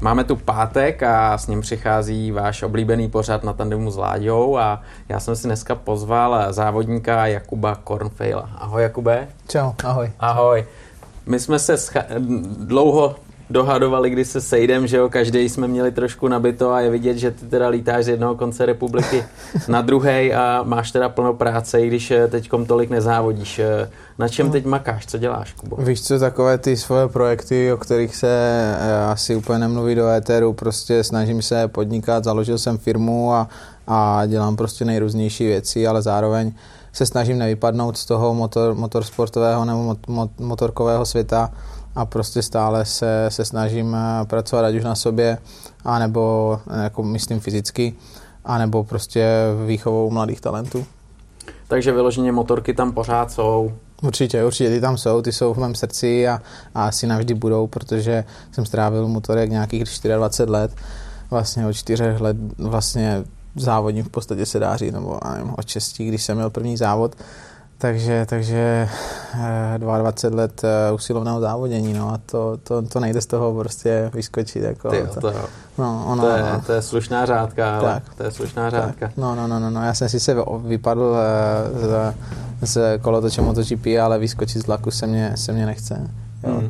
Máme tu pátek a s ním přichází váš oblíbený pořad Na tandemu s Láďou a já jsem si dneska pozval závodníka Jakuba Kornfejla. Ahoj Jakube. Čau, ahoj. Ahoj. My jsme se dlouho dohadovali, kdy se sejdem, že jo, každý jsme měli trošku nabito a je vidět, že ty teda lítáš z jednoho konce republiky na druhej a máš teda plno práce, i když teďkom tolik nezávodíš. Na čem teď makáš? Co děláš, Kubo? Víš co, takové ty svoje projekty, o kterých se asi úplně nemluví do éteru, prostě snažím se podnikat, založil jsem firmu a dělám prostě nejrůznější věci, ale zároveň se snažím nevypadnout z toho motorsportového nebo motorkového světa a prostě stále se snažím pracovat ať už na sobě, anebo jako myslím fyzicky, anebo prostě výchovou mladých talentů. Takže vyloženě motorky tam pořád jsou? Určitě, ty jsou v mém srdci a asi navždy budou, protože jsem strávil motorek nějakých 24 let, vlastně od 4 let vlastně závodím v podstatě se dá říct, nebo nevím, od 6, když jsem měl první závod, takže 22 let usilovného závodění, no a to nejde z toho prostě vyskočit. Jako, to je slušná řádka, ale to je slušná řádka. No, já jsem si se vypadl z kolotoče MotoGP, ale vyskočit z vlaku se mě nechce. Jo,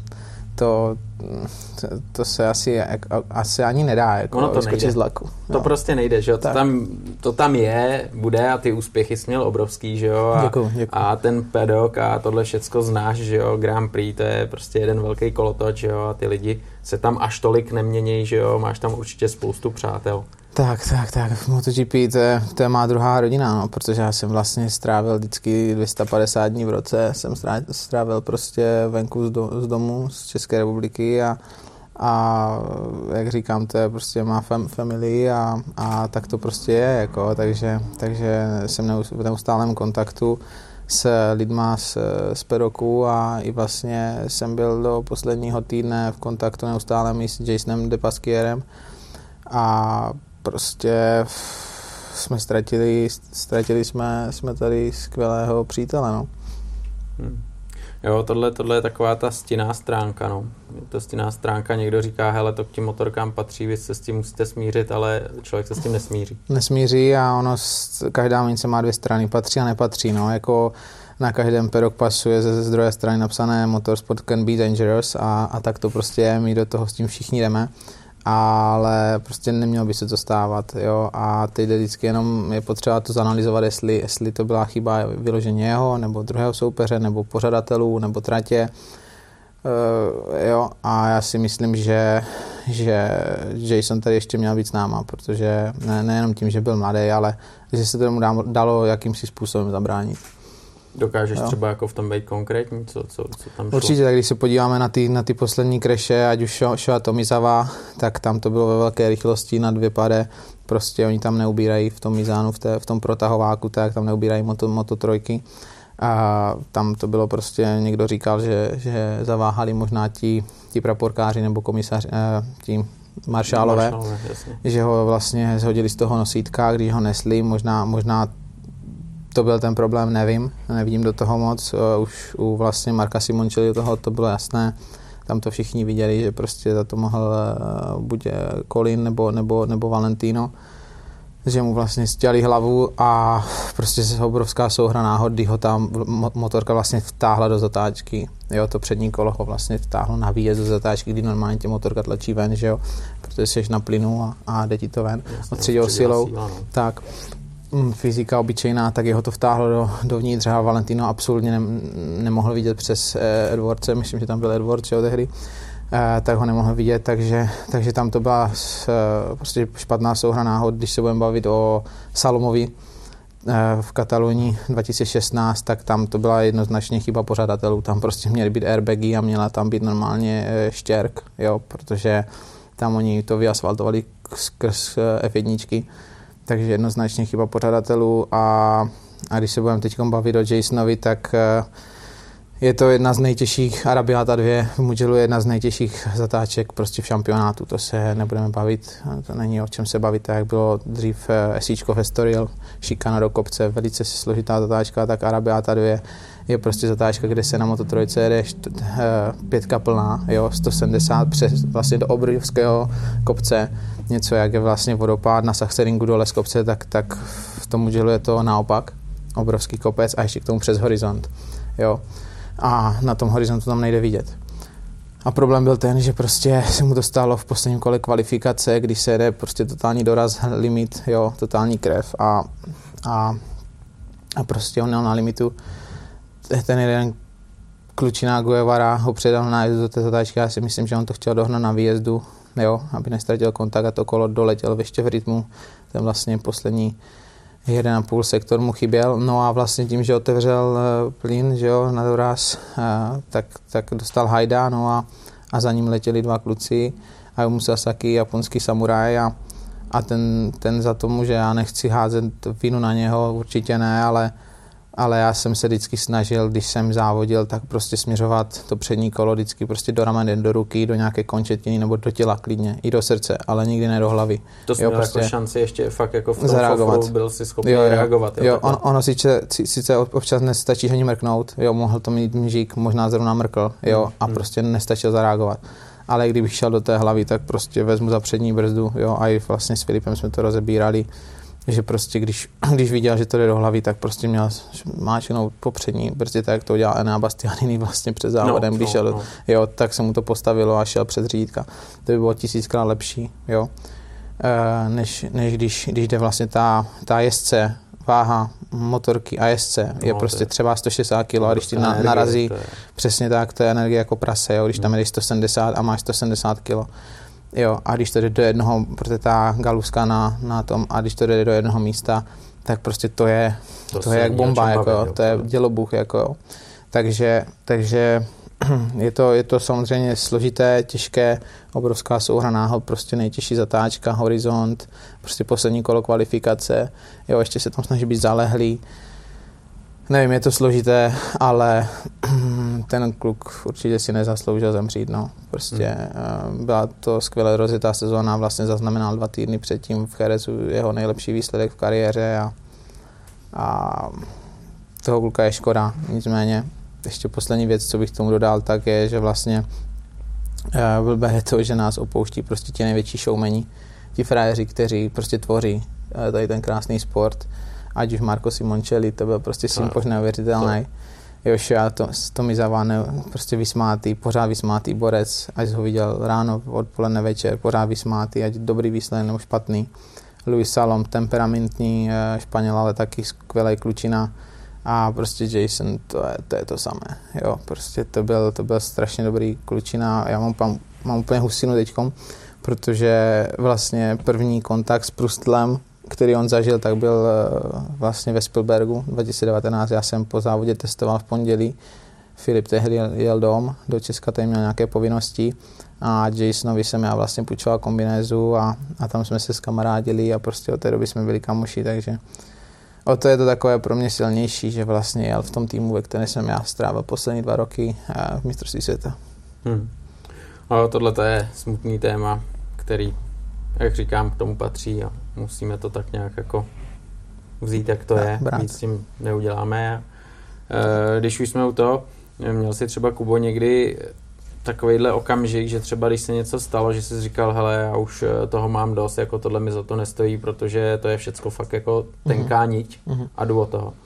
to se asi ani nedá, jako vyskočit z vlaku. To prostě nejde, že jo? To tam bude a ty úspěchy jsi měl obrovský, že jo? Děkuju. A ten pedok a tohle všecko znáš, že jo? Grand Prix, to je prostě jeden velký kolotoč, že jo? A ty lidi se tam až tolik neměnějí, že jo? Máš tam určitě spoustu přátel. Tak. V MotoGP to je má druhá rodina, no, protože já jsem vlastně strávil vždycky 250 dní v roce, jsem strávil prostě venku z domu, z České republiky a jak říkám, to je prostě má family a tak to prostě je, jako, takže jsem v neustálém kontaktu s lidma z pedoku a i vlastně jsem byl do posledního týdne v kontaktu neustálém i s Jasonem Depasquierem a prostě jsme ztratili jsme tady skvělého přítele, no. Jo, tohle je taková ta stinná stránka, no. Je to stinná stránka, někdo říká, hele, to k těm motorkám patří, vy se s tím musíte smířit, ale člověk se s tím nesmíří. Nesmíří a každá mince má dvě strany, patří a nepatří, no, jako na každém pedok pasuje ze druhé strany napsané Motorsport can be dangerous a tak to prostě je, my do toho s tím všichni jdeme. Ale prostě nemělo by se to stávat, jo, a teď vždycky jenom je potřeba to zanalyzovat, jestli to byla chyba vyloženě jeho, nebo druhého soupeře, nebo pořadatelů, nebo tratě, jo, a já si myslím, že Jason tady ještě měl být s náma, protože nejenom tím, že byl mladý, ale že se tomu dalo jakýmsi způsobem zabránit. Dokážeš třeba jako v tom být konkrétní, co tam šlo? Určitě, tak když se podíváme na ty poslední kreše, ať už Showa Tomizawa, tak tam to bylo ve velké rychlosti na 2 pade, prostě oni tam neubírají v tom Mizánu, v tom protahováku, tak tam neubírají Moto3. A tam to bylo prostě, někdo říkal, že zaváhali možná ti praporkáři nebo komisaři, ti maršálové, že ho vlastně zhodili z toho nosítka, když ho nesli, možná to byl ten problém, nevidím do toho moc, už u vlastně Marka Simoncelliho toho to bylo jasné, tam to všichni viděli, že prostě za to mohl buď Colin nebo Valentino, že mu vlastně stěli hlavu a prostě obrovská souhra náhod, kdy ho tam motorka vlastně vtáhla do zatáčky, jo, to přední kolo ho vlastně vtáhlo na výjezd do zatáčky, kdy normálně tě motorka tlačí ven, že jo, protože jsi na plynu a jde ti to ven, odstředil silou, tak fyzika obyčejná, tak jeho to vtáhlo dovnitř a Valentino absolutně nemohl vidět přes Edwardse, myslím, že tam byl Edwards tehdy, tak ho nemohl vidět, takže tam to byla prostě špatná souhra náhod, když se budeme bavit o Salomovi v Katalonii 2016, tak tam to byla jednoznačně chyba pořadatelů, tam prostě měly být airbagy a měla tam být normálně štěrk, jo, protože tam oni to vyasfaltovali skrz F1, takže jednoznačně chyba pořadatelů a když se budeme teď bavit o Jasonovi, tak Je to jedna z nejtěžších, Arabiata 2 v Mugellu je jedna z nejtěžších zatáček prostě v šampionátu, to se nebudeme bavit, to není o čem se bavit, tak jak bylo dřív SIčko v Estoril, šikana do kopce, velice složitá zatáčka, tak Arabiata 2 je prostě zatáčka, kde se na Moto3 jede 5 plná, jo, 170 přes vlastně do obrovského kopce, něco jak je vlastně vodopád na Sachsenringu dole z kopce, tak v tom Mugellu je to naopak, obrovský kopec a ještě k tomu přes horizont, jo. A na tom horizontu tam nejde vidět. A problém byl ten, že prostě se mu to stalo v posledním kole kvalifikace, když se jede prostě totální doraz, limit, jo, totální krev a prostě on měl na limitu. Ten jeden klučina Guevara ho předal na jezdu do té zatáčky, já si myslím, že on to chtěl dohnat na výjezdu, jo, aby nestratil kontakt a to kolo doletěl ještě v rytmu. Ten vlastně poslední 1,5 sektor mu chyběl, no a vlastně tím, že otevřel plyn, že jo, na doraz, tak dostal hajda, no a za ním letěli 2 kluci, a Musasaki, japonský samuraj a ten za tomu, že já nechci házet vinu na něho, určitě ne, ale já jsem se vždycky snažil, když jsem závodil, tak prostě směřovat to přední kolo vždycky prostě do ramen, do ruky, do nějaké končetiny nebo do těla klidně, i do srdce, ale nikdy ne do hlavy. To jsi měl prostě jako šanci ještě fakt jako v tom fofu, byl si schopný reagovat. Jo, ono sice občas nestačí ani mrknout, jo, mohl to mít mžík, možná zrovna mrkl, jo, a prostě nestačil zareagovat. Ale kdybych šel do té hlavy, tak prostě vezmu za přední brzdu, jo, a i vlastně s Filipem jsme to rozebírali, že prostě když viděl, že to jde do hlavy, tak prostě měl máčenou po přední brzdě, tak jak to udělal Enea Bastianini vlastně před závodem, když šel, jo, tak se mu to postavilo a šel před řídítka. To by bylo 1000krát lepší, jo, než když jde vlastně ta jezdce, váha motorky a jezdce je prostě třeba 160 kg a když ti narazí přesně tak, to je energie jako prase, jo, když tam jedeš 170 a máš 170 kg. Jo, a když to jde do jednoho, protože ta galuska na tom, a když to jde do jednoho místa, tak prostě to je jak bomba, jako, bavit, to je dělobuch, jako. Takže je to samozřejmě složité, těžké, obrovská souhra náhod, prostě nejtěžší zatáčka, horizont, prostě poslední kolo kvalifikace, jo, ještě se tam snaží být zalehlý. Nevím, je to složité, ale ten kluk určitě si nezasloužil zemřít, no. Prostě byla to skvěle rozjetá sezóna, vlastně zaznamenal 2 týdny předtím v Cherezu jeho nejlepší výsledek v kariéře a toho kluka je škoda. Nicméně ještě poslední věc, co bych tomu dodal, tak je, že vlastně blbé je to, že nás opouští prostě ti největší showmeni, ti frajeři, kteří prostě tvoří tady ten krásný sport. Ať už Marco Simoncelli, to byl prostě sympož neuvěřitelný. Joshua Tomizawa, prostě vysmátý, pořád vysmátý borec, ať ho viděl ráno, odpoledne, večer, pořád vysmátý, ať dobrý výsledek nebo špatný. Luis Salom, temperamentní Španěl, ale taky skvělý klučina. A prostě Jason, to je to samé. Jo, prostě to byl strašně dobrý klučina. Já mám úplně husinu teďkom, protože vlastně první kontakt s Prustlem, který on zažil, tak byl vlastně ve Spielbergu 2019. Já jsem po závodě testoval v pondělí. Filip tehdy jel do Česka, tady měl nějaké povinnosti a Jasonovi jsem já vlastně půjčoval kombinézu a tam jsme se skamarádili a prostě od té doby jsme byli kamoši, takže o to je to takové pro mě silnější, že vlastně jel v tom týmu, ve kterém jsem já strávil poslední 2 roky v mistrovství světa. A tohle to je smutný téma, který, jak říkám, k tomu patří a musíme to tak nějak jako vzít, jak to je. Víc s tím neuděláme. Když už jsme u toho, měl jsi třeba, Kubo, někdy takovejhle okamžik, že třeba když se něco stalo, že jsi říkal, hele, já už toho mám dost, jako tohle mi za to nestojí, protože to je všecko fakt jako tenká niť a jdu od toho.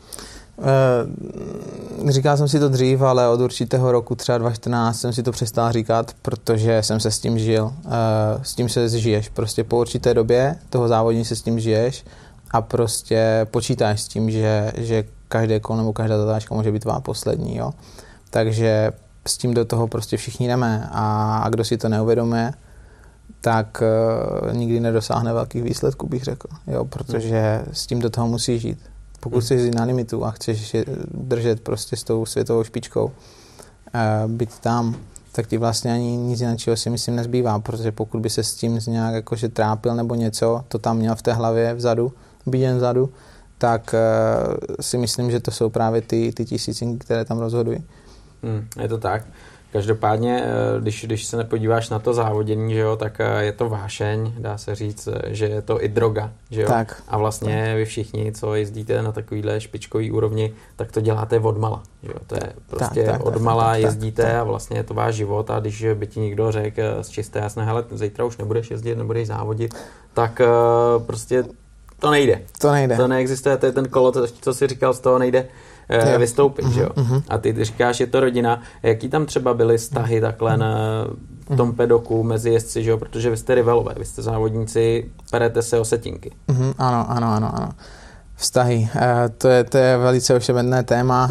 Říkal jsem si to dřív, ale od určitého roku, třeba 2014, jsem si to přestal říkat, protože jsem se s tím žil. S tím se žiješ. Prostě po určité době toho závodní se s tím žiješ a prostě počítáš s tím, že každé kolo nebo každá zatáčka může být tvá poslední. Jo? Takže s tím do toho prostě všichni jdeme a kdo si to neuvědomuje, tak nikdy nedosáhne velkých výsledků, bych řekl. Jo? Protože s tím do toho musíš žít. Pokud chceš jít na limitu a chceš držet prostě s tou světovou špičkou, být tam, tak ti vlastně ani nic jiného si myslím nezbývá, protože pokud by se s tím nějak jakože trápil nebo něco, to tam měl v té hlavě vzadu, být jen vzadu, tak si myslím, že to jsou právě ty tisícinky, které tam rozhodují. Je to tak. Každopádně, když se nepodíváš na to závodění, že jo, tak je to vášeň, dá se říct, že je to i droga, že jo. Tak. A vlastně vy všichni, co jezdíte na takovýhle špičkový úrovni, tak to děláte odmala, že jo. To je prostě odmala jezdíte a vlastně je to váš život a když by ti někdo řekl z čisté jasné, hele, zítra už nebudeš jezdit, nebudeš závodit, tak prostě to nejde. To neexistuje, to je ten kolo, co jsi říkal, z toho nejde vystoupit, že jo. A ty říkáš, je to rodina. Jaký tam třeba byly vztahy takhle v tom pedoku mezi jezdci, že jo, protože vy jste rivalové, vy jste závodníci, perete se o setinky. Ano. Vztahy, to je velice ošemetné téma.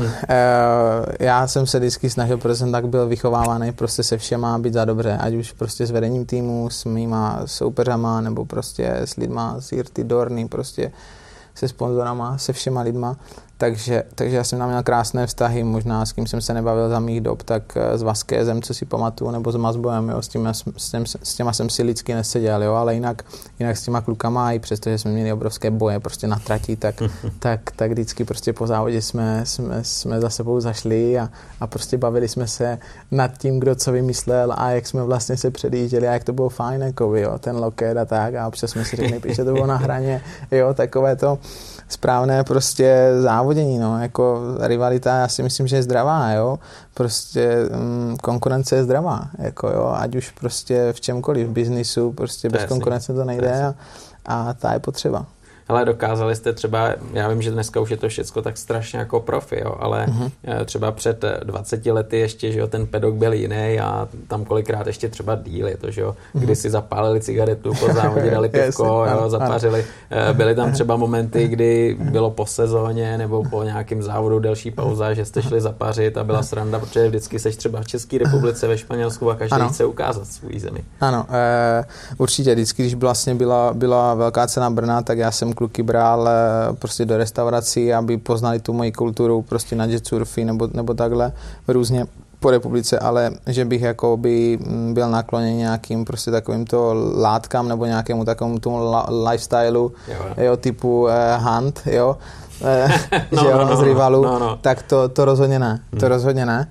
Já jsem se vždycky snažil, protože jsem tak byl vychovávaný prostě se všema být za dobře, ať už prostě s vedením týmu, s mýma soupeřama, nebo prostě s lidma z Irty, Dorny, prostě se sponzorama, se všema lidma. Takže já jsem tam měl krásné vztahy, možná s kým jsem se nebavil za mých dob, tak s Vasquezem, co si pamatuju, nebo s Mazbojem, jo, s těma jsem si lidsky neseděl, jo, ale jinak s těma klukama, i přestože jsme měli obrovské boje prostě na trati, tak vždycky prostě po závodě jsme za sebou zašli a prostě bavili jsme se nad tím, kdo co vymyslel a jak jsme vlastně se předjížděli a jak to bylo fajn, jako, jo, ten loket a tak a občas jsme si řekli, že to bylo na hraně, jo, takové to správné prostě závodění, no, jako rivalita, já si myslím, že je zdravá, jo, prostě konkurence je zdravá, jako jo, ať už prostě v čemkoliv, v biznisu, prostě bez konkurence to nejde a ta je potřeba. Ale dokázali jste třeba, já vím, že dneska už je to všecko tak strašně jako profi, jo, ale třeba před 20 lety ještě, že jo, ten pedok byl jiný a tam kolikrát ještě třeba díl je to, že jo, kdy si zapálili cigaretu, po závodě dali pivko, jo, zapařili. Byly tam třeba momenty, kdy bylo po sezóně nebo po nějakém závodu delší pauza, že jste šli zapařit a byla sranda, protože vždycky seš třeba v České republice, ve Španělsku a každý chce ukázat svou zemi. Ano, určitě, vždycky, když vlastně byla velká cena Brna, tak já jsem kluky bral prostě do restaurací, aby poznali tu moji kulturu prostě na jet surfy nebo takhle různě po republice, ale že bych jako by byl nakloněn nějakým prostě takovýmto látkám nebo nějakému takovému tomu lifestyleu, jo, typu Hunt, jo, z rivalu, tak to rozhodně ne, to rozhodně ne.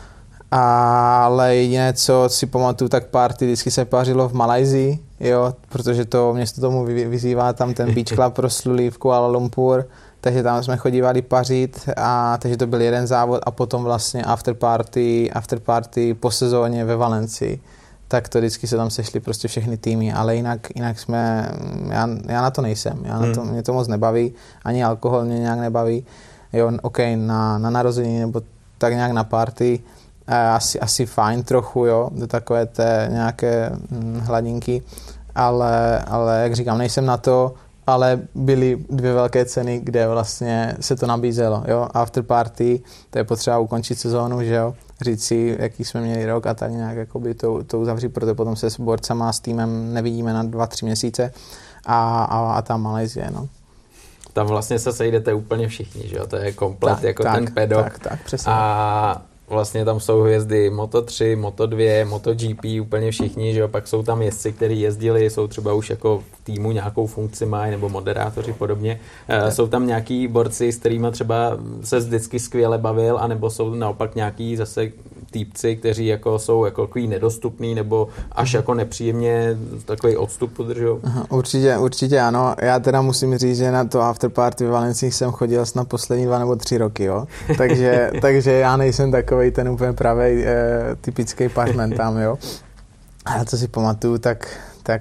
Ale jediné, co si pamatuju, tak party vždycky se pařilo v Malajsii, jo, protože to město tomu vyzývá tam ten beach club proslulý v Kuala Lumpur, takže tam jsme chodívali pařit a takže to byl jeden závod a potom vlastně after party po sezóně ve Valencii. Tak to vždycky se tam sešli prostě všechny týmy, ale jinak jsme, já na to nejsem, mě to moc nebaví, ani alkohol mě nějak nebaví, jo, ok, na narozeniny nebo tak nějak na party, asi fajn trochu, jo, do takové té nějaké hladinky, ale jak říkám, nejsem na to, ale byly 2 velké ceny, kde vlastně se to nabízelo, jo, after party, to je potřeba ukončit sezónu, že jo, říct si, jaký jsme měli rok a tak nějak jakoby to uzavřít, protože potom se s borcama, s týmem nevidíme na 2-3 měsíce a tam Malajsie, no. Tam vlastně se sejdete úplně všichni, že jo, to je komplet ten pedok. Tak, přesně. A vlastně tam jsou hvězdy Moto3, Moto2, MotoGP, úplně všichni, že jo, pak jsou tam jezdci, kteří jezdili, jsou třeba už jako v týmu nějakou funkci mají, nebo moderátoři podobně. Jsou tam nějaký borci, s kterými třeba se vždycky skvěle bavil, anebo jsou naopak nějaký zase týpci, kteří jako jsou jako takový nedostupný, nebo až jako nepříjemně takový odstup podržou? Určitě ano. Já teda musím říct, že na to afterparty v Valencii jsem chodil snad poslední 2 nebo 3 roky, jo. Takže já nejsem takovej ten úplně pravej typický pařmen tam, jo. A co si pamatuju, tak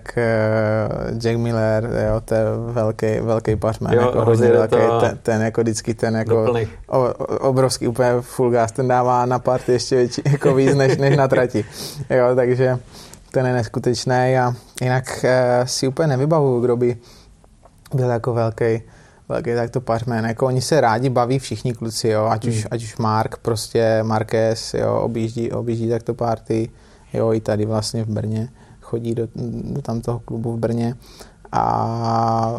Jack Miller, jo, to je velký pařmen, jako hodně velký, ten jako vždycky ten jako obrovský úplně full gas, ten dává na party ještě větší, jako víc než na trati, jo, takže ten je neskutečný a jinak si úplně nevybavuju, kdo by byl jako velký takto pařmen, jako oni se rádi baví všichni kluci, jo, ať už Mark, prostě Marquez, jo, objíždí takto party, jo, i tady vlastně v Brně chodí do tamtoho klubu v Brně a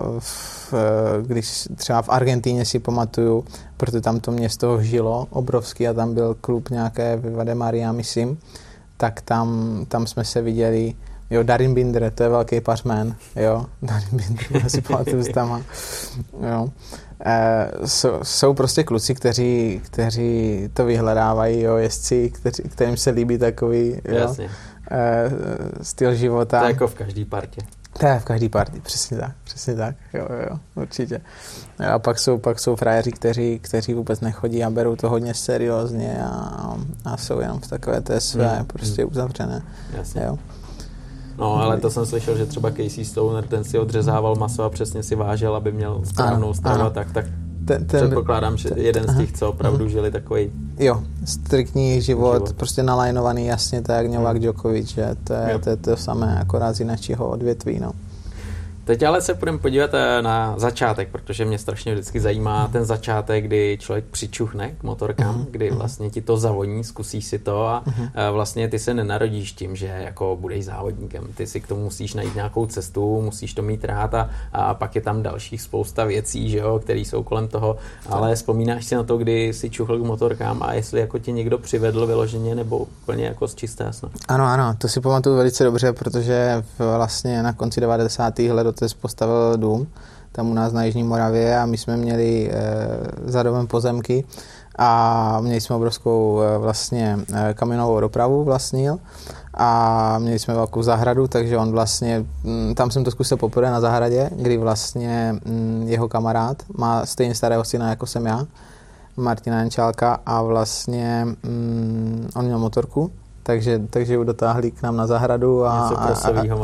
když třeba v Argentíně si pamatuju, protože tam to město žilo obrovský a tam byl klub nějaké Viva de Maria, myslím, tak tam jsme se viděli Jo, Darin Binder, to je velký pařmen, jo, Darin Binder, si pamatuju tam, jo. Jsou prostě kluci, kteří to vyhledávají, jo, jezdci, kterým se líbí takový, jo, styl života. To je jako v každý partě. To je v každý partii, přesně tak, jo, určitě. A pak jsou frajeři, kteří vůbec nechodí a berou to hodně seriózně a jsou jenom v takové té své prostě uzavřené. Jasně. Jo. No, ale to jsem slyšel, že třeba Casey Stoner, ten si odřezával maso a přesně si vážel, aby měl správnou stravu, tak předpokládám, že jeden z těch, co opravdu žili takový... Jo, striktní život, prostě nalajnovaný jasně tak jak Novak Djokovic, že to je to samé, akorát z jiného odvětví, no. Teď ale se půjdeme podívat na začátek, protože mě strašně vždycky zajímá ten začátek, kdy člověk přičuchne k motorkám, kdy vlastně ti to zavoní, zkusíš si to a vlastně ty se nenarodíš tím, že jako budeš závodníkem. Ty si k tomu musíš najít nějakou cestu, musíš to mít rád a pak je tam dalších spousta věcí, že jo, které jsou kolem toho, ale vzpomínáš si na to, kdy si čuchl k motorkám a jestli jako tě někdo přivedl vyloženě nebo úplně jako z čisté jasno? Ano, to si pamatuju velice dobře, protože vlastně na konci 90. let postavil dům tam u nás na Jižní Moravě a my jsme měli za domem pozemky a měli jsme obrovskou vlastně kamionovou dopravu vlastnil a měli jsme velkou zahradu, takže on vlastně, tam jsem to zkusil poprvé na zahradě, kdy vlastně jeho kamarád má stejně starého syna jako jsem já, Martina Jančálka a vlastně on měl motorku, takže ji dotáhli k nám na zahradu a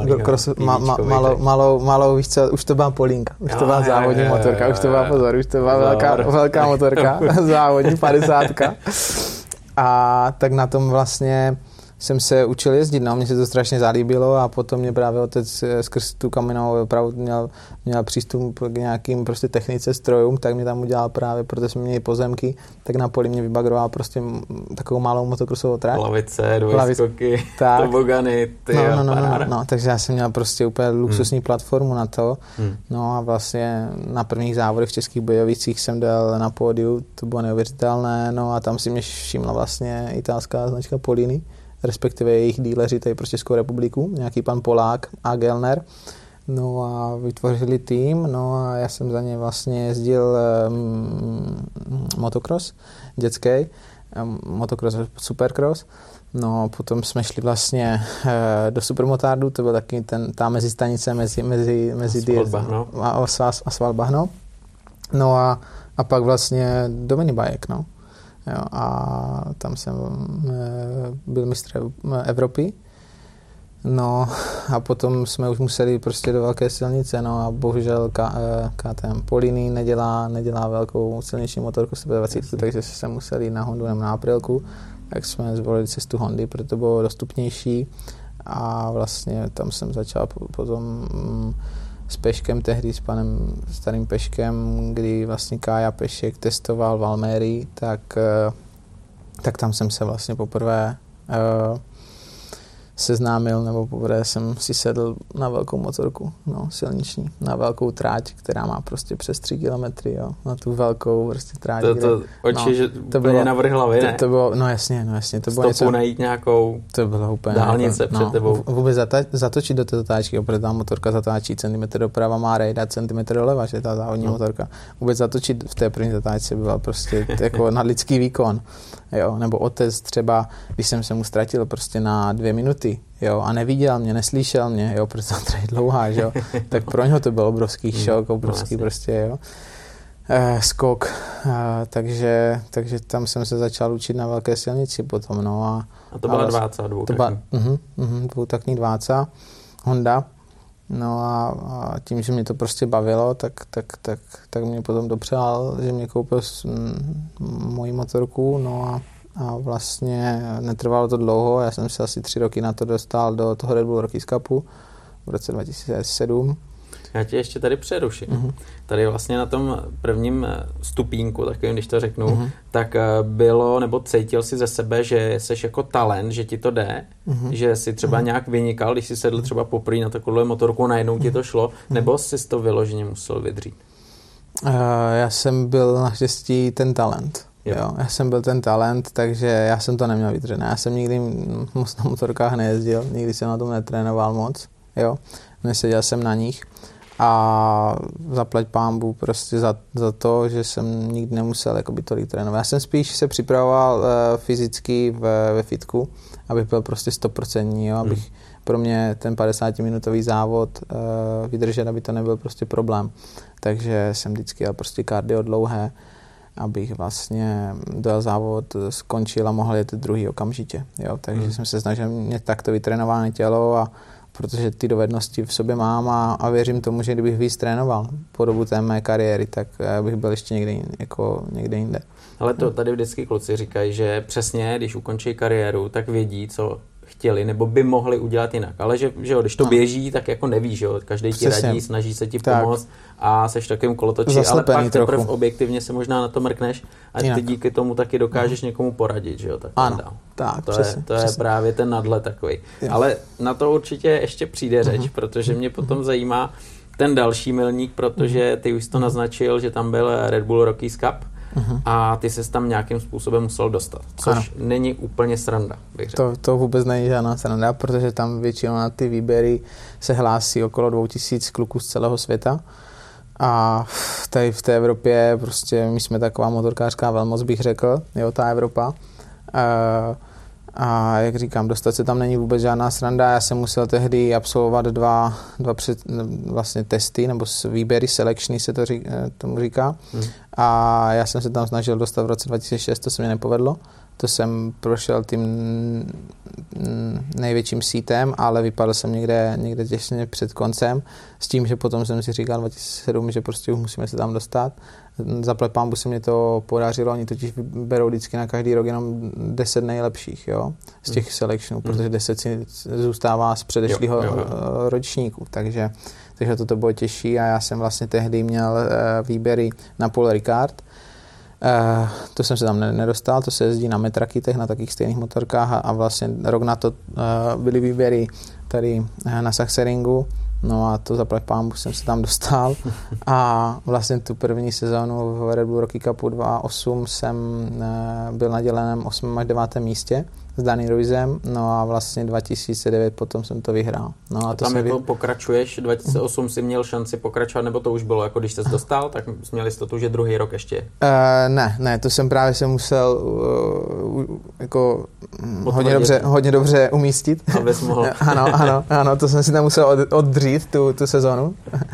malou, víš co, už to byla Polínka, už to byla závodní motorka, už to byla pozor, už to byla velká motorka, závodní 50. A tak na tom vlastně jsem se učil jezdit, no, mně se to strašně zalíbilo a potom mě právě otec skrz tu kamionovou opravu měl přístup k nějakým prostě technice, strojům, tak mě tam udělal právě, protože jsme měli pozemky, tak na poli mě vybagroval prostě takovou malou motokrosovou trať. Lavice, dvojskoky, tobogany, no, takže já jsem měl prostě úplně luxusní platformu na to, no a vlastně na prvních závodech v Českých Budějovicích jsem dal na pódiu, to bylo neuvěřitelné, no a tam si mě všimla vlastně italská značka Polini, respektive jejich díleři tady pro Českou republiku, nějaký pan Polák a Gelner. No a vytvořili tým, no a já jsem za ně vlastně jezdil motocross dětský, motocross supercross. No potom jsme šli vlastně do supermotardu, to byl taky ta mezistanice mezi Asfalt Bahno. No a pak vlastně do minibajek, no. Jo, a tam jsem byl mistr Evropy. No a potom jsme už museli prostě do velké silnice, no a bohužel KTM Polini nedělá velkou silniční motorku 120, takže se museli na Hondu nebo na Aprilku, tak jsme zvolili cestu Hondy, protože to bylo dostupnější a vlastně tam jsem začal potom s Peškem tehdy, s panem starým Peškem, kdy vlastně Kája Pešek testoval v Almérii, tak tam jsem se vlastně poprvé seznámil, nebo poprvé jsem si sedl na velkou motorku, no, silniční, na velkou tráť, která má prostě přes 3 kilometry, jo, na tu velkou prostě tráť. To bylo navrh hlavy, ne? To bylo, no jasně. To bylo něco, najít nějakou to bylo úplně dálnice před tebou. Vůbec zatočit do té zatáčky, protože ta motorka zatáčí centimetr doprava, má rejda centimetr doleva, že ta závodní motorka. Vůbec zatočit v té první zatáčce byla prostě jako nadlidský výkon, jo, nebo otec třeba, když jsem se mu ztratil prostě na 2 minuty, jo, a neviděl mě, neslyšel mě, jo, protože ta je dlouhá, jo, tak pro něho to byl obrovský šok, obrovský prostě, jo, skok, takže tam jsem se začal učit na velké silnici potom, no a to byla dváca, dvoutaktní dváca, Honda, no a tím, že mě to prostě bavilo, tak mě potom dopřál, že mě koupil moji motorku, no a vlastně netrvalo to dlouho, já jsem se asi 3 roky na to dostal do toho Red Bull Rockies Cupu v roce 2007. Já tě ještě tady přeruším. Tady vlastně na tom prvním stupínku, takovým, když to řeknu, tak bylo, nebo cítil si ze sebe, že jsi jako talent, že ti to jde, že jsi třeba nějak vynikal, když jsi sedl třeba poprvé na takovou motorku, najednou ti to šlo, nebo jsi to vyloženě musel vydřít? Já jsem byl naštěstí ten talent. Jo, já jsem byl ten talent, takže já jsem to neměl vydřené. Já jsem nikdy moc na motorkách nejezdil, nikdy jsem na tom netrénoval moc, jo. Neseděl jsem na nich a zaplať pánbu prostě za to, že jsem nikdy nemusel jakoby tolik trénovat. Já jsem spíš se připravoval fyzicky ve fitku, abych byl prostě 100%, jo, abych pro mě ten 50-minutový závod vydržel, aby to nebyl prostě problém. Takže jsem vždycky jel prostě kardio dlouhé, abych vlastně dojel závod, skončil a mohl jet druhý okamžitě. Jo? Takže jsem se snažil mít takto vytrénované tělo, a protože ty dovednosti v sobě mám a věřím tomu, že kdybych víc trénoval po dobu té mé kariéry, tak bych byl ještě někde jinde. Ale to tady vždycky kluci říkají, že přesně, když ukončí kariéru, tak vědí, co chtěli, nebo by mohli udělat jinak. Ale že jo, když to běží, tak jako nevíš, jo, každý ti radí, snaží se ti pomoct a seš takovým kolotočí, ale pak teprve objektivně se možná na to mrkneš a ty díky tomu taky dokážeš někomu poradit, že jo. Tak ano, tak, to je právě ten nadhled takový. Ale na to určitě ještě přijde řeč, protože mě potom zajímá ten další milník, protože ty už to naznačil, že tam byl Red Bull Rockies Cup, a ty ses tam nějakým způsobem musel dostat, což není úplně sranda, bych řekl. To vůbec není žádná sranda, protože tam většinou na ty výběry se hlásí okolo 2000 kluků z celého světa a tady v té Evropě prostě my jsme taková motorkářská velmoc, bych řekl, jo, ta Evropa. A jak říkám, dostat se tam není vůbec žádná sranda. Já jsem musel tehdy absolvovat dva vlastně testy, nebo výběry, selectiony se tomu říká. A já jsem se tam snažil dostat v roce 2006, to se mi nepovedlo. To jsem prošel tím největším sítem, ale vypadl jsem někde těsně před koncem, s tím, že potom jsem si říkal 2007, že prostě musíme se tam dostat. Zaplať pánbu se mě to podařilo, oni totiž berou vždycky na každý rok jenom 10 nejlepších, jo, z těch selectionů, protože 10 si zůstává z předešlého ročníku, takže toto bylo těžší a já jsem vlastně tehdy měl výběry na Paul Ricard. To jsem se tam nedostal, to se jezdí na metrakitech, na takých stejných motorkách a vlastně rok na to byly výběry tady na Sachsenringu, no a to zaplať pánbu jsem se tam dostal a vlastně tu první sezónu v Red Bull Rookie Cupu 2008 jsem byl na děleném 8. až 9. místě s Danny Ruizem, no a vlastně 2009 potom jsem to vyhrál. No a tam jako pokračuješ, 2008 si měl šanci pokračovat, nebo to už bylo, jako když jsi dostal, tak měl jistotu, že druhý rok ještě? Ne, to jsem právě se musel jako hodně dobře umístit. Abys mohl. ano, to jsem si tam musel oddřít tu sezonu,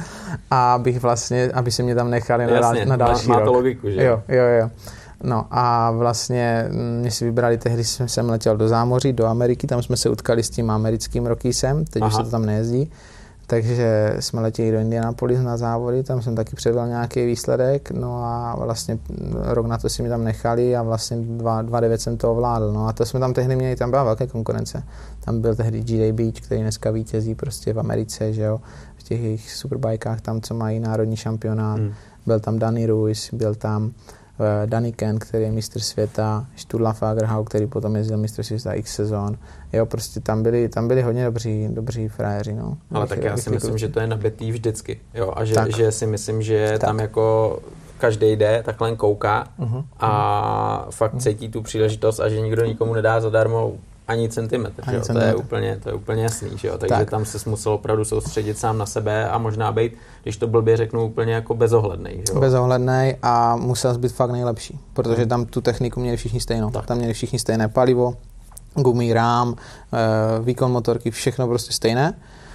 aby se mě tam nechali na další rok. Má to logiku, že? Jo. No a vlastně mě si vybrali, tehdy jsem letěl do zámoří, do Ameriky, tam jsme se utkali s tím americkým Rockiesem, teď už se to tam nejezdí, takže jsme letěli do Indianapolis na závody, tam jsem taky předvedl nějaký výsledek, no a vlastně rok na to si mi tam nechali a vlastně 2009 jsem to ovládl, no a to jsme tam tehdy měli, tam byla velká konkurence, tam byl tehdy G.J. Beach, který dneska vítězí prostě v Americe, že jo, v těch jejich superbajkách tam, co mají národní šampionát, byl tam Danny Ruiz, byl tam Danny Ken, který je mistr světa, Sturla Fagerhau, který potom jezdil mistr světa x sezon. Jo, prostě tam byli hodně dobří frajeři, no. Ale tak já si myslím, že to je nabitý vždycky, jo, a že si myslím, že tam jako každý jde, takhle kouká a fakt cítí tu příležitost a že nikdo nikomu nedá zadarmo ani centimetr, že jo? To je úplně jasný, že jo? Takže tam se musel opravdu soustředit sám na sebe a možná být, když to blbě řeknu, úplně jako bezohlednej, že jo? Bezohlednej a musel být fakt nejlepší, protože tam tu techniku měli všichni stejnou. Tam měli všichni stejné palivo, gumy, rám, výkon motorky, všechno prostě stejné.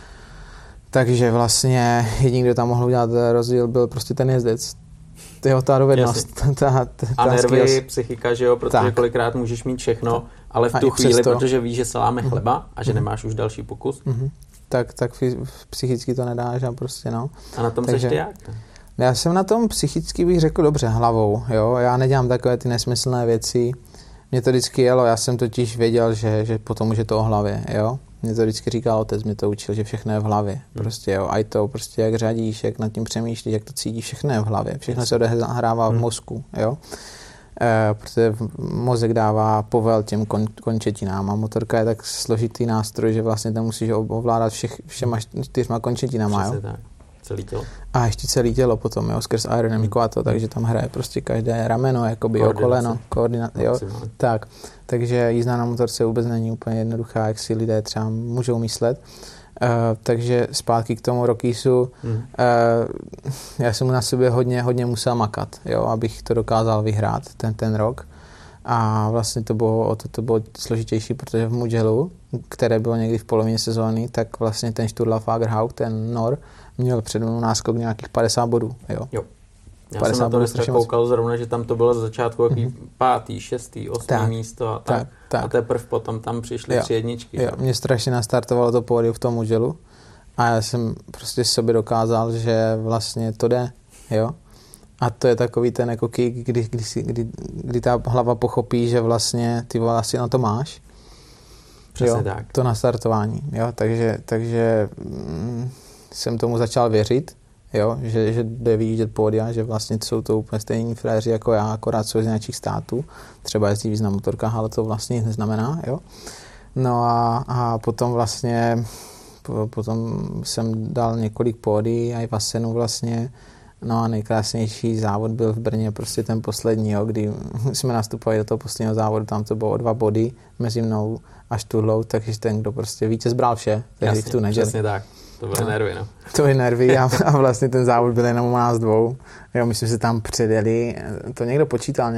Takže vlastně jediný, kdo tam mohl udělat rozdíl, byl prostě ten jezdec. Ta dovednost. A nervy, psychika, že jo, protože kolikrát můžeš mít všechno, ale v tu chvíli, protože víš, že se láme chleba a že nemáš už další pokus. Tak psychicky to nedáš a prostě no. A na tom seš ty jak? Já jsem na tom psychicky, bych řekl, dobře, hlavou, jo. Já nedělám takové ty nesmyslné věci. Mě to vždycky jelo, já jsem totiž věděl, že potom už je to o hlavě, jo. Mě to vždycky říkal otec, mě to učil, že všechno je v hlavě. Prostě jo, a i to prostě jak řadíš, jak nad tím přemýšlíš, jak to cítíš, všechno je v hlavě. Všechno se odehrává v mozku, jo. Protože mozek dává povel těm končetinám a motorka je tak složitý nástroj, že vlastně tam musíš ovládat všema 4 končetinama, jo. celé tělo. A ještě celé tělo potom, jo, skrz aerodynamiku a to, takže tam hraje prostě každé rameno, jakoby o koleno, koordinace, jo, tak. Takže jízda na motorce vůbec není úplně jednoduchá, jak si lidé třeba můžou myslet. Takže zpátky k tomu Rockiesu, já jsem na sobě hodně musel makat, jo, abych to dokázal vyhrát ten rok. A vlastně to bylo složitější, protože v Mugellu, které bylo někdy v polovině sezóny, tak vlastně ten Sturla Fagerhaug, ten Nor, měl před mnou náskok nějakých 50 bodů. Jo. Já jsem na to dneska koukal zrovna, že tam to bylo z začátku takový 5., 6., 8. místo a tak. A teprve potom tam přišly 3 jedničky. Jo, mě strašně nastartovalo to pódium v tom Mugellu a já jsem prostě sobě dokázal, že vlastně to jde, jo. A to je takový ten jako kick, kdy ta hlava pochopí, že vlastně ty vlastně na to máš. Přesně jo, tak. To nastartování, jo, takže jsem tomu začal věřit, jo, že jde vyjíždět pódia, že vlastně jsou to úplně stejní fréři jako já, akorát jsou z nějakých států, třeba jezdí víc na motorkách, ale to vlastně nic neznamená, jo. No a potom vlastně, potom jsem dal několik pódií a i v Asenu vlastně. No a nejkrásnější závod byl v Brně, prostě ten poslední, jo, kdy jsme nastupovali do toho posledního závodu, tam to bylo o 2 body mezi mnou a Šturlou, takže ten, kdo prostě vítěz bral vše, takže v tu neděli. Přesně tak, to byly nervy, no. To byly nervy a vlastně ten závod byl jenom u nás dvou, jo, my jsme se tam předjeli, to někdo počítal,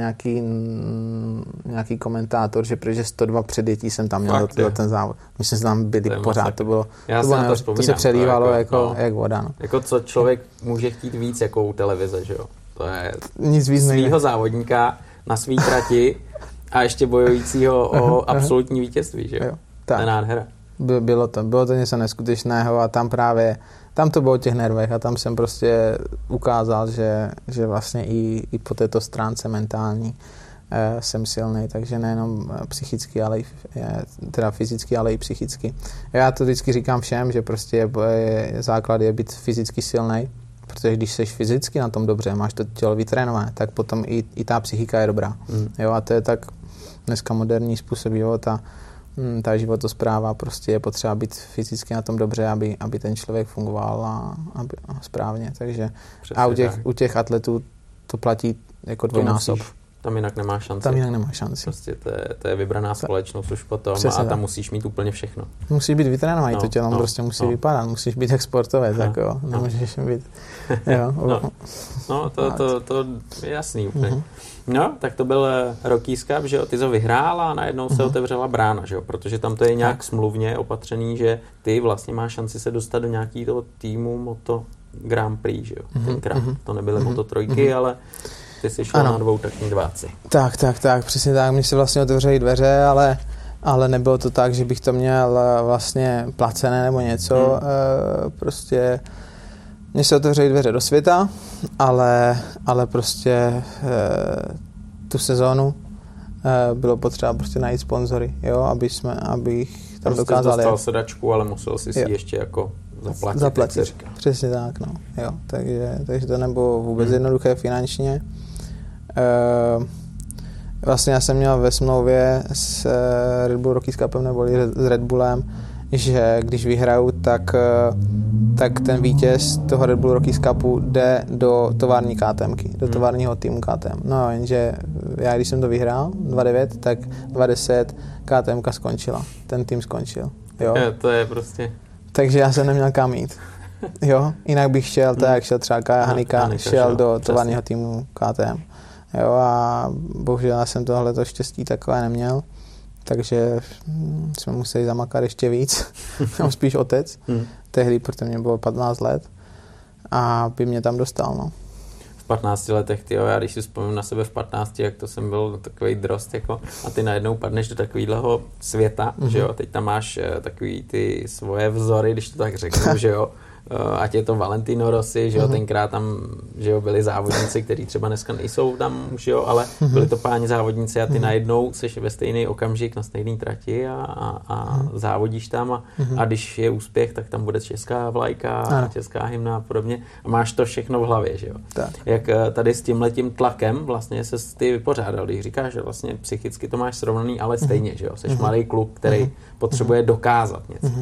nějaký komentátor, že protože 102 předjetí jsem tam měl do ten závod. My jsme se tam byli pořád, to se přelívalo jak voda. No. Jako co člověk může chtít víc jako u televize, že jo? To je nic víc svýho závodníka na svý trati a ještě bojujícího o absolutní vítězství, že jo? To je nádhera. Bylo to něco neskutečného a tam to bylo o těch nervech a tam jsem prostě ukázal, že vlastně i po této stránce mentální jsem silný, takže nejenom psychicky, ale i teda fyzicky, ale i psychicky. Já to vždycky říkám všem, že prostě základ je být fyzicky silný, protože když jsi fyzicky na tom dobře, máš to tělo vytrénované, tak potom i ta psychika je dobrá. Jo, a to je tak dneska moderní způsob života, ta životospráva, prostě je potřeba být fyzicky na tom dobře, aby ten člověk fungoval a správně. Takže a u těch atletů to platí jako dvojnásob. Tam jinak nemáš šanci. Prostě to je vybraná společnost už potom a tam musíš mít úplně všechno. Musí být vytrénovaný, to tělo prostě musí vypadat, musíš být jak sportovec, jako nemůžeš být. To je jasný úplně. No, tak to byl Rockies Cup, že jo, ty to vyhrál a najednou se otevřela brána, že jo, protože tam to je nějak smluvně opatřený, že ty vlastně máš šanci se dostat do nějakého týmu Moto Grand Prix, že jo, tenkrát. To nebyly Moto trojky, ale ty jsi šel na dvoutaktní dváci. Tak, přesně tak, mně se vlastně otevřely dveře, ale nebylo to tak, že bych to měl vlastně placené nebo něco, prostě mně se otevřely dveře do světa, ale prostě tu sezónu bylo potřeba prostě najít sponzory, jo, abych tam prostě dokázal. Dostal sedačku, ale musel si ještě jako zaplatit. Přesně tak, no, jo, takže to nebylo vůbec jednoduché finančně. Vlastně já jsem měl ve smlouvě s Red Bull Rockies Cupem nebo s Red Bullem, že když vyhraju, tak ten vítěz toho Red Bull Rockies Cupu jde do tovární KTMky, do továrního týmu KTM. No, jenže já když jsem to vyhrál 2.9, tak 2.10 KTMka skončila. Ten tým skončil. Jo? To je prostě... Takže já jsem neměl kam jít. Jo? Jinak bych šel, tak jak šel třeba Kaja Hanika, šel do továrního týmu KTM. Jo? A bohužel já jsem tohleto štěstí takové neměl. Takže jsme museli zamakat ještě víc. Spíš otec. Tehdy, protože mě bylo 15 let. A by mě tam dostal, no. V 15 letech, tyjo, já když si vzpomínám na sebe v 15, jak to jsem byl takový drost, jako, a ty najednou padneš do takového světa, že jo, teď tam máš takový ty svoje vzory, když to tak řeknu, že jo, ať je to Valentino Rossi, že jo, tenkrát tam, že jo, byli závodníci, kteří třeba dneska nejsou tam, že jo, ale byli to páni závodníci a ty najednou seš ve stejný okamžik na stejný trati a závodíš tam a když je úspěch, tak tam bude česká vlajka, česká hymna a podobně a máš to všechno v hlavě, že jo. Tak. Jak tady s tímhletím tlakem vlastně se ty vypořádal, když říkáš, že vlastně psychicky to máš srovnaný, ale stejně, že jo, seš mladý kluk, který potřebuje dokázat něco.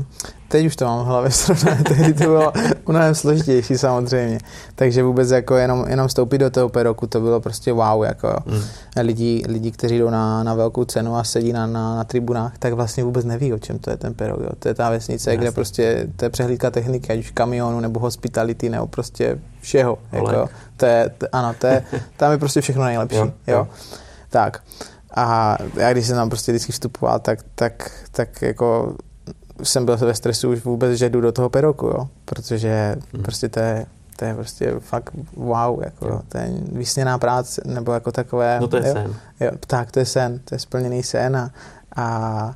teď už to mám v hlavě srovnané, tehdy to bylo mnohem složitější samozřejmě. Takže vůbec jako jenom vstoupit do toho peroku, to bylo prostě wow. Jako lidi, kteří jdou na velkou cenu a sedí na tribunách, tak vlastně vůbec neví, o čem to je ten perok. Jo. To je ta vesnice, kde prostě to je přehlídka techniky, ať už kamionu, nebo hospitality, nebo prostě všeho. Jako, tam je prostě všechno nejlepší. Jo. Tak. A já když jsem tam prostě vždycky vstupoval, tak jako jsem byl ve stresu už vůbec, že jdu do toho peroku, jo, protože prostě to je prostě fakt wow, jako to je vysněná práce, nebo jako takové. No to je sen. Jo, tak, to je sen, to je splněný sen a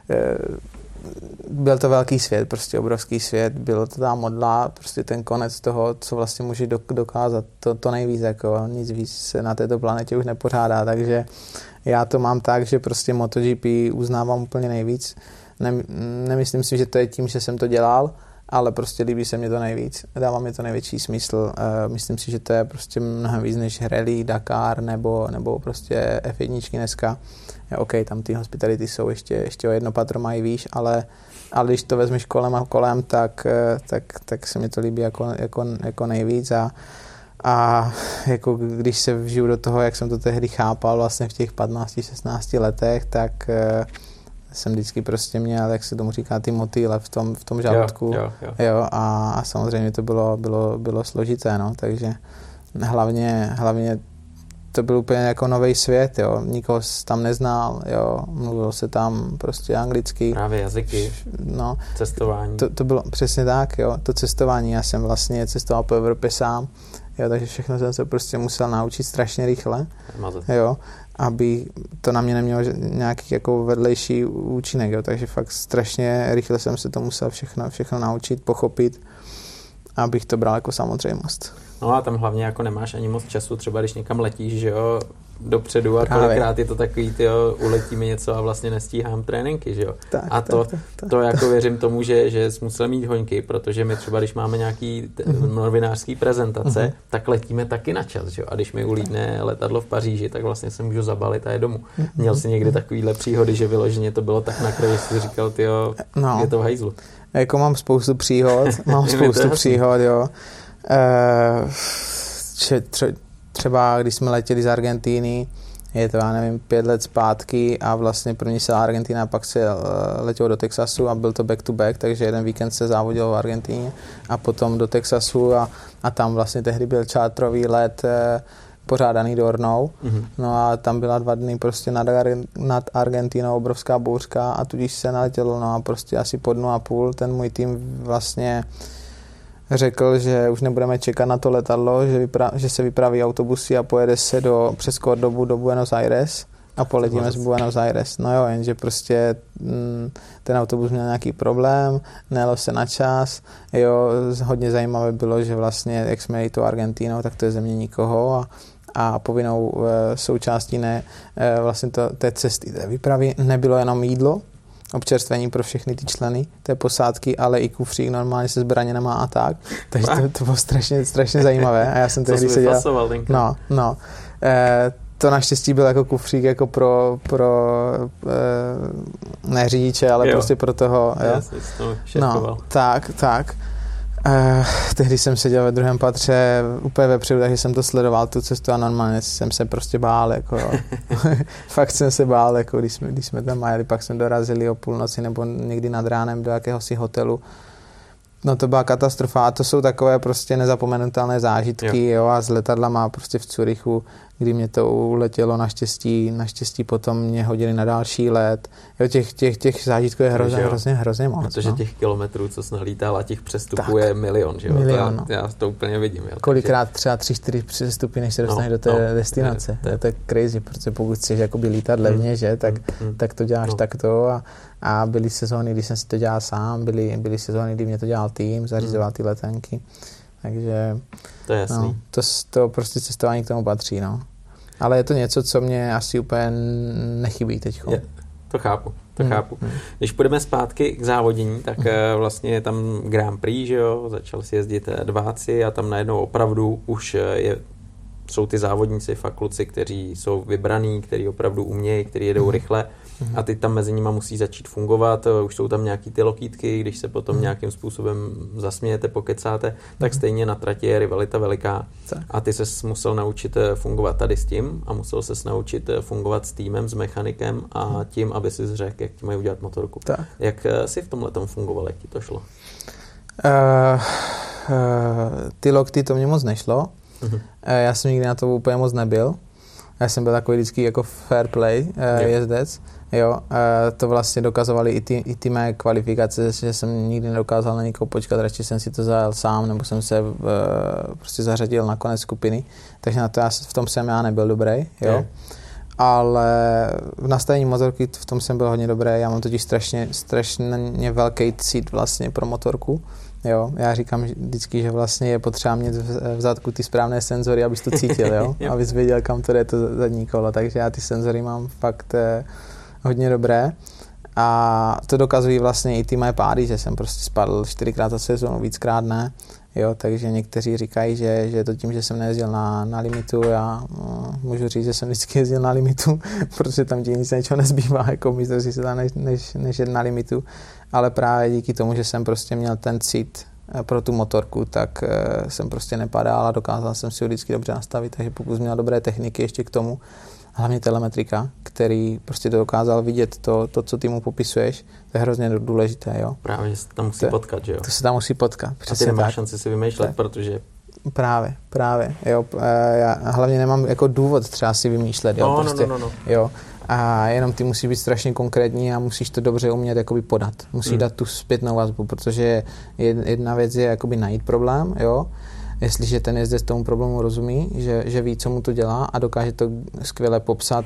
byl to velký svět, prostě obrovský svět, bylo to ta modla, prostě ten konec toho, co vlastně může dokázat, to nejvíc, jako nic víc se na této planetě už nepořádá, takže já to mám tak, že prostě MotoGP uznávám úplně nejvíc. Nemyslím si, že to je tím, že jsem to dělal, ale prostě líbí se mě to nejvíc. Dává mi to největší smysl. Myslím si, že to je prostě mnohem víc než Rally, Dakar nebo prostě F1 dneska. OK, tam ty hospitality jsou ještě o jedno patro mají výš, ale když to vezmeš kolem, tak se mi to líbí jako nejvíc a jako když se vžiju do toho, jak jsem to tehdy chápal vlastně v těch 15-16 letech, tak jsem vždycky prostě měl, jak se tomu říká, ty motýle v tom žaludku. Jo, a samozřejmě to bylo složité, no, takže hlavně to byl úplně jako nový svět, jo, nikoho tam neznal, jo, mluvilo se tam prostě anglicky. Právě jazyky, no, cestování. To bylo přesně tak, jo, to cestování, já jsem vlastně cestoval po Evropě sám, jo, takže všechno jsem se prostě musel naučit strašně rychle, jo, aby to na mě nemělo nějaký jako vedlejší účinek, jo, takže fakt strašně rychle jsem se to musel všechno naučit, pochopit, abych to bral jako samozřejmost. No a tam hlavně jako nemáš ani moc času, třeba když někam letíš, že jo, dopředu a kolikrát je to takový, tyjo, uletí mi něco a vlastně nestíhám tréninky, že jo. To jako věřím tomu, že jsi musel mít hoňky, protože my třeba, když máme nějaký novinářský prezentace, tak letíme taky na čas, že jo. A když mi ulítne letadlo v Paříži, tak vlastně se můžu zabalit a je domů. Měl jsi někdy takovýhle příhody, že vyloženě to bylo tak na kraji, že jsi říkal, tyjo, je to v hajzlu. Jako mám spoustu příhod, jo. Třeba když jsme letěli z Argentíny, je to, já nevím, 5 let zpátky a vlastně první se Argentina, pak se letělo do Texasu a byl to back to back, takže jeden víkend se závodil v Argentíně a potom do Texasu a tam vlastně tehdy byl čátrový let pořádaný do Ornou. No a tam byla 2 dny prostě nad Argentínou obrovská bouřka a tudíž se naletělo, no a prostě asi po 1,5 ten můj tým vlastně řekl, že už nebudeme čekat na to letadlo, že se vypraví autobusy a pojede se přes Cordobu do Buenos Aires a poletíme z Buenos Aires. No jo, jenže prostě ten autobus měl nějaký problém, nejelo se na čas, jo, hodně zajímavé bylo, že vlastně, jak jsme jeli tou Argentínou, tak to je země nikoho a povinnou součástí vlastně té cesty, té výpravy nebylo jenom jídlo, občerstvení pro všechny ty členy té posádky, ale i kufřík normálně se zbraněnama a tak. Takže to bylo strašně zajímavé. A já jsem tehdy seděl. No. To naštěstí byl jako kufřík jako pro ne řidiče, ale prostě pro toho. No, tak. Tehdy jsem seděl ve 2. patře úplně vepředu, takže jsem to sledoval tu cestu a normálně jsem se prostě bál, jako fakt jsem se bál, jako když jsme tam jeli, pak jsme dorazili o půlnoci nebo někdy nad ránem do jakéhosi hotelu. No to byla katastrofa a to jsou takové prostě nezapomenutelné zážitky, jo, a z letadla má prostě v Curychu, kdy mě to uletělo naštěstí potom mě hodili na další let. Jo, těch zážitků je hrozně moc. Protože těch kilometrů, co jsi nalítal a těch přestupů je milion, že jo? Já to úplně vidím. Jo, kolikrát třeba 3-4 přestupy, než se dostaneš do té destinace. To je crazy, protože pokud chceš jakoby lítat levně, že, tak to děláš takto a byly sezóny, kdy jsem si to dělal sám, byly sezóny, kdy mě to dělal tým, zařizoval ty letenky. Takže to je jasný. No, to prostě cestování k tomu patří, no. Ale je to něco, co mě asi úplně nechybí teďko. To chápu. Když půjdeme zpátky k závodění, tak vlastně je tam Grand Prix, že jo, začal si jezdit dváci a tam najednou opravdu už je jsou ty závodníci, fakt kluci, kteří jsou vybraný, kteří opravdu umějí, kteří jedou rychle a ty tam mezi nimi musí začít fungovat, už jsou tam nějaký ty lokýtky, když se potom nějakým způsobem zasmějete, pokecáte, tak stejně na trati je rivalita veliká a ty ses musel naučit fungovat tady s tím a musel ses naučit fungovat s týmem, s mechanikem a tím, aby si řekl, jak ti mají udělat motorku. Tak. Jak si v tomhletom fungoval, jak ti to šlo? Ty lokty to mě moc nešlo. Já jsem nikdy na to úplně moc nebyl. Já jsem byl takový vždycky jako fair play jezdec. Jo, to vlastně dokazovali i ty mé kvalifikace, že jsem nikdy nedokázal na nikoho počkat, radši jsem si to zajel sám, nebo jsem se prostě zařadil na konec skupiny, takže na to v tom jsem já nebyl dobrý, jo. Ale v nastavení motorky v tom jsem byl hodně dobrý, já mám totiž strašně velký cít vlastně pro motorku. Jo, já říkám vždycky, že vlastně je potřeba mít v zadku ty správné senzory, abys to cítil, jo? Abys věděl, kam to jde to zadní kolo, takže já ty senzory mám fakt hodně dobré a to dokazují vlastně i ty moje pády, že jsem prostě spadl 4krát za sezónu, víckrát ne, jo, takže někteří říkají, že je to tím, že jsem nejezdil na limitu, já můžu říct, že jsem vždycky jezdil na limitu, protože tam ti nic něčeho nezbývá, jako mistrovství světa, než jet na limitu, ale právě díky tomu, že jsem prostě měl ten cít pro tu motorku, tak jsem prostě nepadal a dokázal jsem si ho vždycky dobře nastavit, takže pokud jsem měl dobré techniky ještě k tomu, hlavně telemetrika, který prostě dokázal vidět to, co ty mu popisuješ, to je hrozně důležité, jo. Právě, že se tam musí potkat, že jo. To se tam musí potkat, přesně tak. A ty nemáš tak. šanci si vymýšlet, protože... Právě, jo. Já hlavně nemám jako důvod třeba si vymýšlet, jo. No. Jo. A jenom ty musí být strašně konkrétní a musíš to dobře umět jakoby podat. Musíš dát tu zpětnou vazbu, protože jedna věc je jakoby najít problém, jo. Jestliže ten jezdec tomu problému rozumí, že ví, co mu to dělá a dokáže to skvěle popsat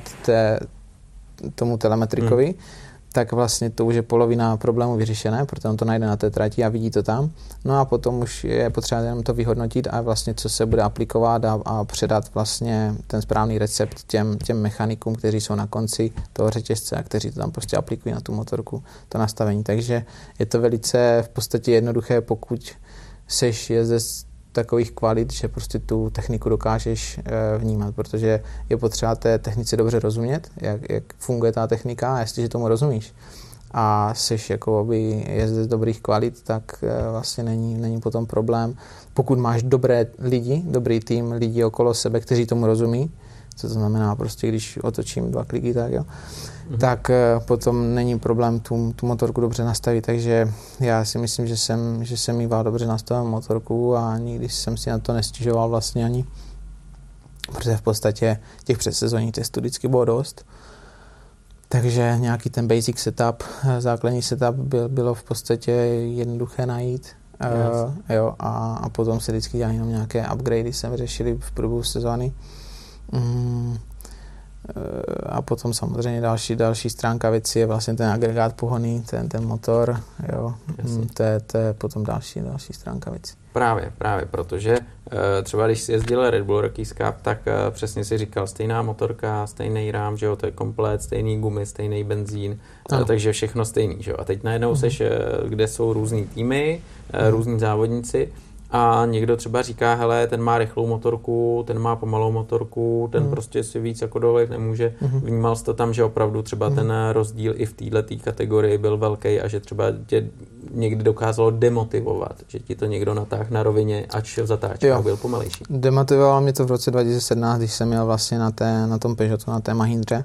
tomu telemetrikovi, tak vlastně to už je polovina problému vyřešené, protože on to najde na té trati a vidí to tam. No a potom už je potřeba jenom to vyhodnotit a vlastně co se bude aplikovat a předat vlastně ten správný recept těm mechanikům, kteří jsou na konci toho řetězce a kteří to tam prostě aplikují na tu motorku, to nastavení. Takže je to velice v podstatě jednoduché, pokud seš jezdec takových kvalit, že prostě tu techniku dokážeš vnímat, protože je potřeba té technice dobře rozumět, jak funguje ta technika, a jestliže tomu rozumíš a seš jakoby jezdec dobrých kvalit, tak vlastně není potom problém. Pokud máš dobré lidi, dobrý tým lidí okolo sebe, kteří tomu rozumí, co to znamená prostě, když otočím 2 kliky, tak jo, tak potom není problém tu motorku dobře nastavit, takže já si myslím, že jsem mýval dobře nastavenou motorku a nikdy jsem si na to nestěžoval vlastně ani, protože v podstatě těch předsezonních testů vždycky bylo dost, takže nějaký ten basic setup, základní setup bylo v podstatě jednoduché najít. Jo, a potom se vždycky dělají jenom nějaké upgradey, jsme řešili v průběhu sezóny. A potom samozřejmě další stránka věci je vlastně ten agregát pohonný, ten motor, jo. To je potom další stránka věci. Právě, protože třeba když jsi jezdil Red Bull Rockies Cup, tak přesně si říkal stejná motorka, stejný rám, že jo, to je komplet, stejný gumy, stejný benzín, takže všechno stejný, že jo. A teď najednou seš, kde jsou různý týmy, různí závodníci, a někdo třeba říká, hele, ten má rychlou motorku, ten má pomalou motorku, ten prostě si víc jako dovolit nemůže. Vnímal jsi to tam, že opravdu třeba ten rozdíl i v této kategorii byl velký a že třeba tě někdy dokázalo demotivovat, že ti to někdo natáhl na rovině, ač v zatáčku byl pomalejší. Demotivovalo mě to v roce 2017, když jsem měl vlastně na tom Peugeotu, na té Mahindře.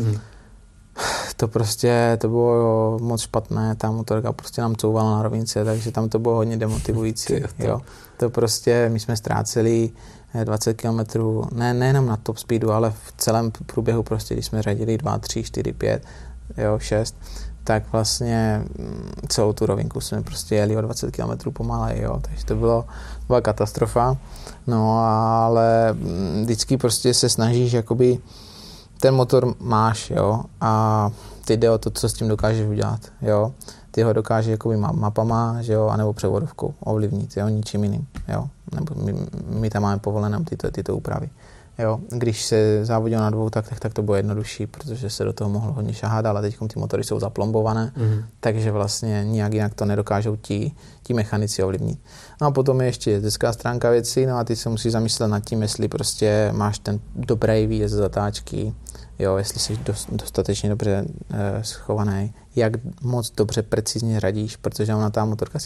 To bylo moc špatné, ta motorka prostě nám couvala na rovince, takže tam to bylo hodně demotivující. Jo. To prostě, my jsme ztráceli 20 km, nejenom na top speedu, ale v celém průběhu prostě, když jsme řadili 2, 3, 4, 5, 6, tak vlastně celou tu rovinku jsme prostě jeli o 20 km pomalej, jo, takže to byla katastrofa, no ale vždycky prostě se snažíš jakoby ten motor máš, jo, a ty jde o to, co s tím dokážeš udělat, jo. Ty ho dokážeš jakoby mapama, že jo, anebo převodovkou ovlivnit, jo, ničím jiným, jo. Nebo my tam máme povolené tyto úpravy. Jo, když se závodilo na dvou taktech, tak to bylo jednodušší, protože se do toho mohlo hodně šahat, ale teď ty motory jsou zaplombované, takže vlastně nijak jinak to nedokážou ti mechanici ovlivnit. No a potom je ještě jezdecká stránka věci, no a ty se musíš zamyslet nad tím, jestli prostě máš ten dobrý výjezd z zatáčky, jo, jestli jsi dostatečně dobře schovaný, jak moc dobře precizně řadíš, protože ona ta motorka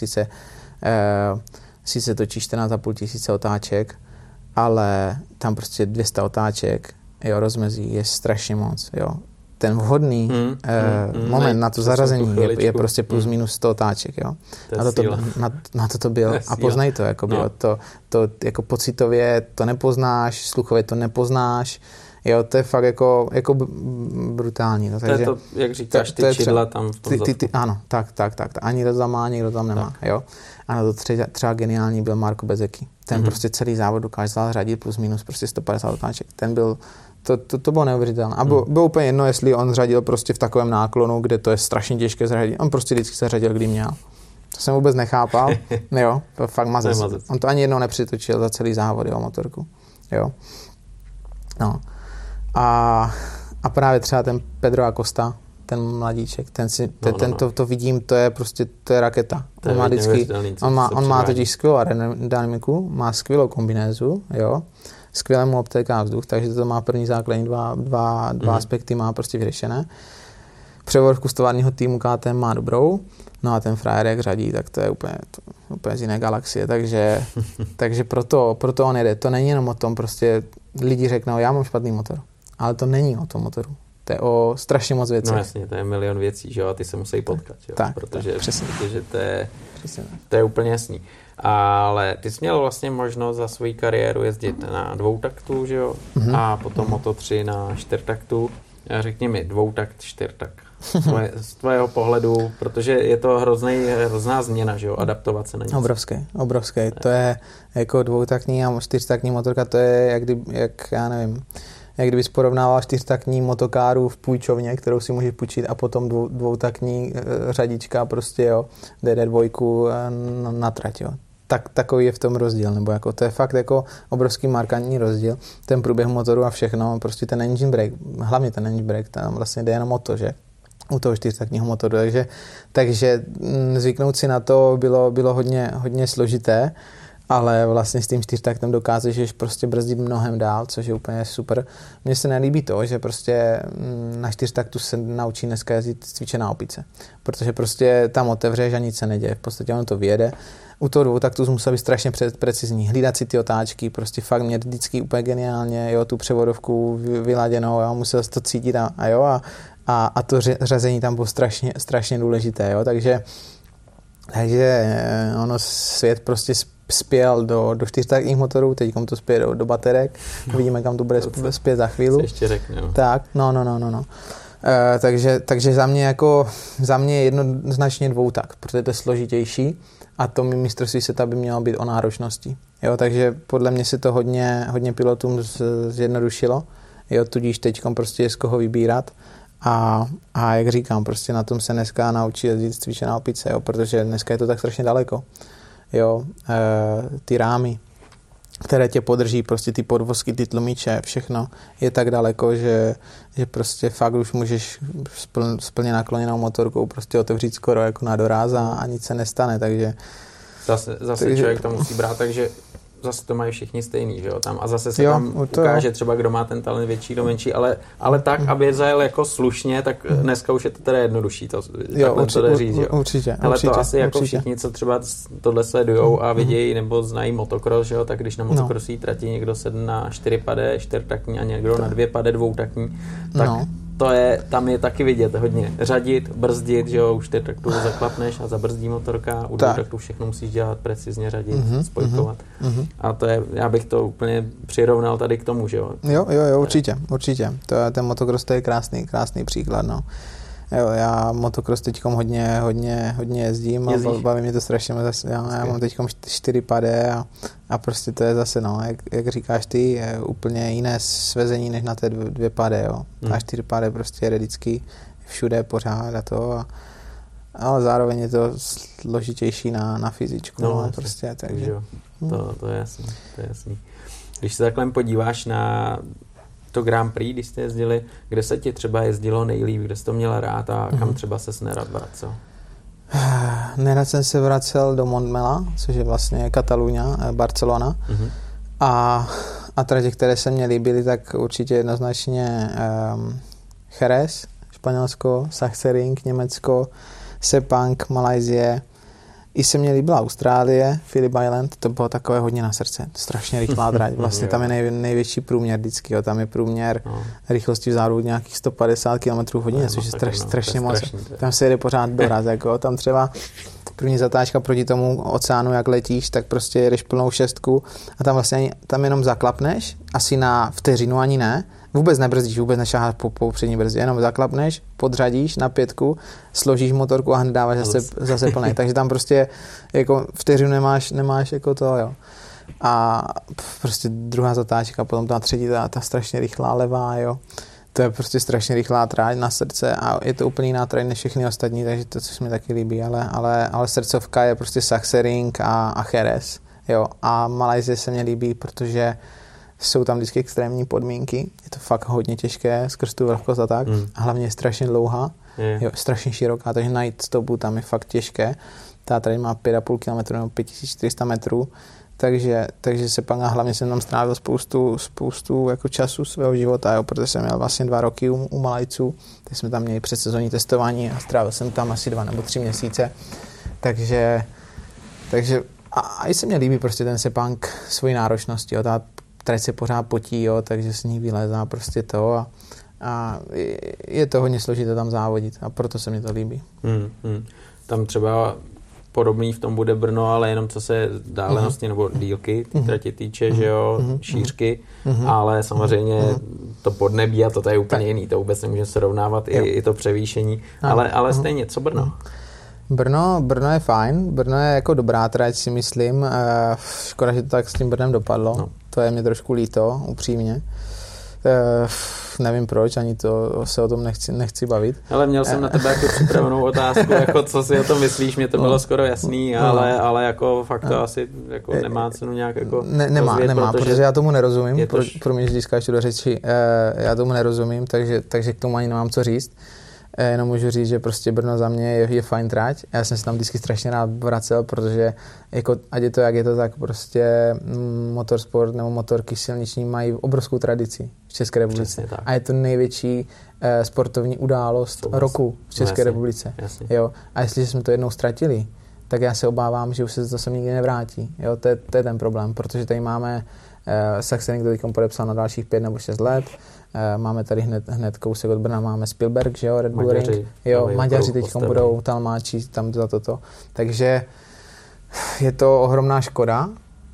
sice točí 14,5 tisíce otáček, ale tam prostě 200 otáček, jo, rozmezí je strašně moc, jo. Ten vhodný moment na to zarazení je prostě plus minus 100 otáček, jo. Na to byl. A poznaj to, jako bylo. To jako pocitově to nepoznáš, sluchově to nepoznáš, jo, to je fakt jako brutální. No, takže, to je to, jak říkáš, ty čidla tam v tom zadku. Ano, tak. Ani kdo tam má, nikdo tam nemá, jo. A na to třeba geniální byl Marco Bezzecchi. Ten prostě celý závod dokázal řadit plus minus prostě 150 otáček. Ten byl, to bylo neuvěřitelné. A bylo úplně jedno, jestli on řadil prostě v takovém náklonu, kde to je strašně těžké zřadit. On prostě vždycky se řadil, kdy měl. To jsem vůbec nechápal. Jo, to fakt mazec. On to ani jednou nepřitočil za celý závod, jo, motorku. Jo. No. A právě třeba ten Pedro Acosta, ten mladíček, ten to vidím, to je raketa. On má totiž skvělou aerodynamiku, má skvělou kombinézu, jo, skvěle mu obtéká vzduch, takže to má první základní dva aspekty má prostě vyřešené. Převodovku z továrního týmu KTM má dobrou, no a ten frajer jak řadí, tak to je úplně z jiné galaxie, takže proto on jede. To není jenom o tom, prostě lidi řeknou, já mám špatný motor, ale to není o tom motoru. To je o strašně moc věcí. No jasně, to je milion věcí, že jo, a ty se musí potkat, jo, protože to je úplně jasný. Ale ty jsi měl vlastně možnost za svou kariéru jezdit na dvoutaktu, že jo, a potom Moto3 na čtyřtaktu. Řekni mi, dvoutakt, čtyřtakt. Z tvého pohledu, protože je to hrozná změna, že jo, adaptovat se na něco. Obrovský. To je jako dvoutaktní a čtyřtaktní motorka, to je jak kdybys porovnával čtyřtaktní motokáru v půjčovně, kterou si můžeš půjčit, a potom dvoutaktní řadička prostě, jo, DD2 na trať, jo. Tak takový je v tom rozdíl, nebo jako to je fakt jako obrovský markantní rozdíl, ten průběh motoru a všechno, prostě ten engine brake, hlavně ten engine brake, tam vlastně jde jenom o to, že u toho čtyřtaktního motoru, takže zvyknout si na to bylo hodně složité, ale vlastně s tím čtyřtaktem dokážeš prostě brzdit mnohem dál, což je úplně super. Mně se nelíbí to, že prostě na čtyřtaktu se naučí dneska jezdit cvičená opice, protože prostě tam otevřeš a nic se neděje, v podstatě ono to vyjede. U toho dvoutaktu musel být strašně precizní, hlídat si ty otáčky, prostě fakt mě vždycky úplně geniálně, jo, tu převodovku vyladěnou, jo, musel to cítit a to řazení tam bylo strašně důležité, jo, takže ono svět prostě spěl do čtyřtaktních motorů, teď to spěje do baterek, vidíme, kam to bude spět za chvíli. Ještě řekne, no. Tak, no. Takže za mě je jednoznačně dvoutakt, protože to je složitější a to mistrovství světa by mělo být o náročnosti. Jo, takže podle mě se to hodně pilotům zjednodušilo, jo, tudíž teďkom prostě je z koho vybírat. A jak říkám, prostě na tom se dneska naučí jezdit cvičená opice, jo, protože dneska je to tak strašně daleko. Jo, ty rámy, které tě podrží, prostě ty podvozky, ty tlumiče, všechno je tak daleko, že prostě fakt už můžeš s plně nakloněnou motorkou prostě otevřít skoro jako na doráz a nic se nestane, takže Zase člověk to musí brát, takže zase to mají všichni stejný, že jo, tam. A zase se tam ukáže třeba, kdo má ten talent větší, kdo menší, ale tak, aby zajel jako slušně, tak dneska už je to teda jednodušší, to jde říct, jo. Určitě. Ale to asi jako všichni, co třeba tohle sledujou a vidějí nebo znají motocross, že jo, tak když na motokrosí trati někdo sedne na 4 pade, čtyřtaktní a někdo na 2 pade, dvoutaktní, tak tam je taky vidět hodně. Řadit, brzdit, že jo, u čtyřtaktu zaklapneš a zabrzdí motorka, u dvoutaktu všechno musíš dělat precizně, řadit, spojkovat. A to je, já bych to úplně přirovnal tady k tomu, že jo. Jo, určitě. Ten motocross to je krásný příklad, no. Jo, já motocross teďkom hodně jezdím a baví mě to strašně. Já mám teďkom 4 pade a prostě to je zase, no, jak říkáš ty, je úplně jiné svezení než na té 2 pade, jo. A 4 pade prostě jede vždycky všude pořád a to ale zároveň je to složitější na fyzičku, no prostě, takže. Jo. To je jasný. Když se takhle podíváš na to Grand Prix, když jste jezdili, kde se ti třeba jezdilo nejlíp, kde jsi to měla rád a kam třeba ses nerad vracel? Nerad jsem se vracel do Montmela, což je vlastně Kataluňa, Barcelona. A tratě, které se mně líbily, tak určitě jednoznačně Jerez, Španělsko, Sachsenring, Německo, Sepang, Malajsie. I se mně líbila Austrálie, Phillip Island, to bylo takové hodně na srdce, strašně rychlá trať, vlastně tam je největší průměr vždycky, jo. Tam je průměr rychlosti v závodu nějakých 150 km/h, což je strašně moc, tam se jede pořád doraz, jako tam třeba první zatáčka proti tomu oceánu, jak letíš, tak prostě jedeš plnou šestku a tam vlastně tam jenom zaklapneš, asi na vteřinu ani ne, vůbec nebrzdíš, vůbec nešáháš po přední brzdě, jenom zaklapneš, podřadíš na 5, složíš motorku a hned dáváš zase plnej. Takže tam prostě jako vteřinu nemáš jako to, jo. A prostě druhá zatáčka, potom ta třetí, ta strašně rychlá levá, jo. To je prostě strašně rychlá tráť na srdce a je to úplně jiná tráť než všechny ostatní, takže to, co se mi taky líbí, ale srdcovka je prostě Sachsenring a Jerez, jo. A Malajsie se mně líbí, protože jsou tam vždycky extrémní podmínky, je to fakt hodně těžké skrz tu vlhkost a tak, a hlavně je strašně dlouhá, jo, strašně široká, takže najít stopu tam je fakt těžké. Ta tady má 5,5 km nebo 5400 metrů, takže se pak hlavně jsem tam strávil spoustu jako času svého života, jo, protože jsem měl vlastně 2 roky u Malajců, teď jsme tam měli předsezonní testování a strávil jsem tam asi 2 nebo 3 měsíce, takže a i se mně líbí prostě ten Sepang svojí náročnosti, jo, ta trať se pořád potí, jo, takže s ní vylezá prostě to a je to hodně složité tam závodit a proto se mi to líbí. Tam třeba podobný v tom bude Brno, ale jenom co se dálenosti nebo dílky ty trati týče, že jo, šířky, ale samozřejmě to podnebí a to je úplně jiný, to vůbec nemůže srovnávat i to převýšení, ale stejně, co Brno? Brno je fajn, Brno je jako dobrá trať, si myslím, škoda, že to tak s tím Brnem dopadlo, to je mě trošku líto, upřímně. Nevím proč, ani to se o tom nechci bavit. Ale měl jsem na tebe jako připravenou otázku, jako co si o tom myslíš, mě to bylo skoro jasný, ale jako fakt to asi jako nemá cenu nějak jako nemá, protože já tomu nerozumím, pro mě vždy skáču do řeči, já tomu nerozumím, takže k tomu ani nemám co říct. Jenom můžu říct, že prostě Brno za mě je fajn trať. Já jsem se tam vždycky strašně rád vracel, protože jako, ať je to jak je to, tak prostě motorsport nebo motorky silniční mají obrovskou tradici v České republice. A je to největší sportovní událost roku v České republice. Jo? A jestliže jsme to jednou ztratili, tak já se obávám, že už se to sem nikdy nevrátí. Jo? To je ten problém, protože tady máme Sachsenring, který teď podepsal na dalších 5 nebo 6 let. Máme tady hned kousek od Brna, máme Spielberg, že jo, Red Bull Ring. Jo, Maďaři teď budou talmáči tam za toto. Takže je to ohromná škoda.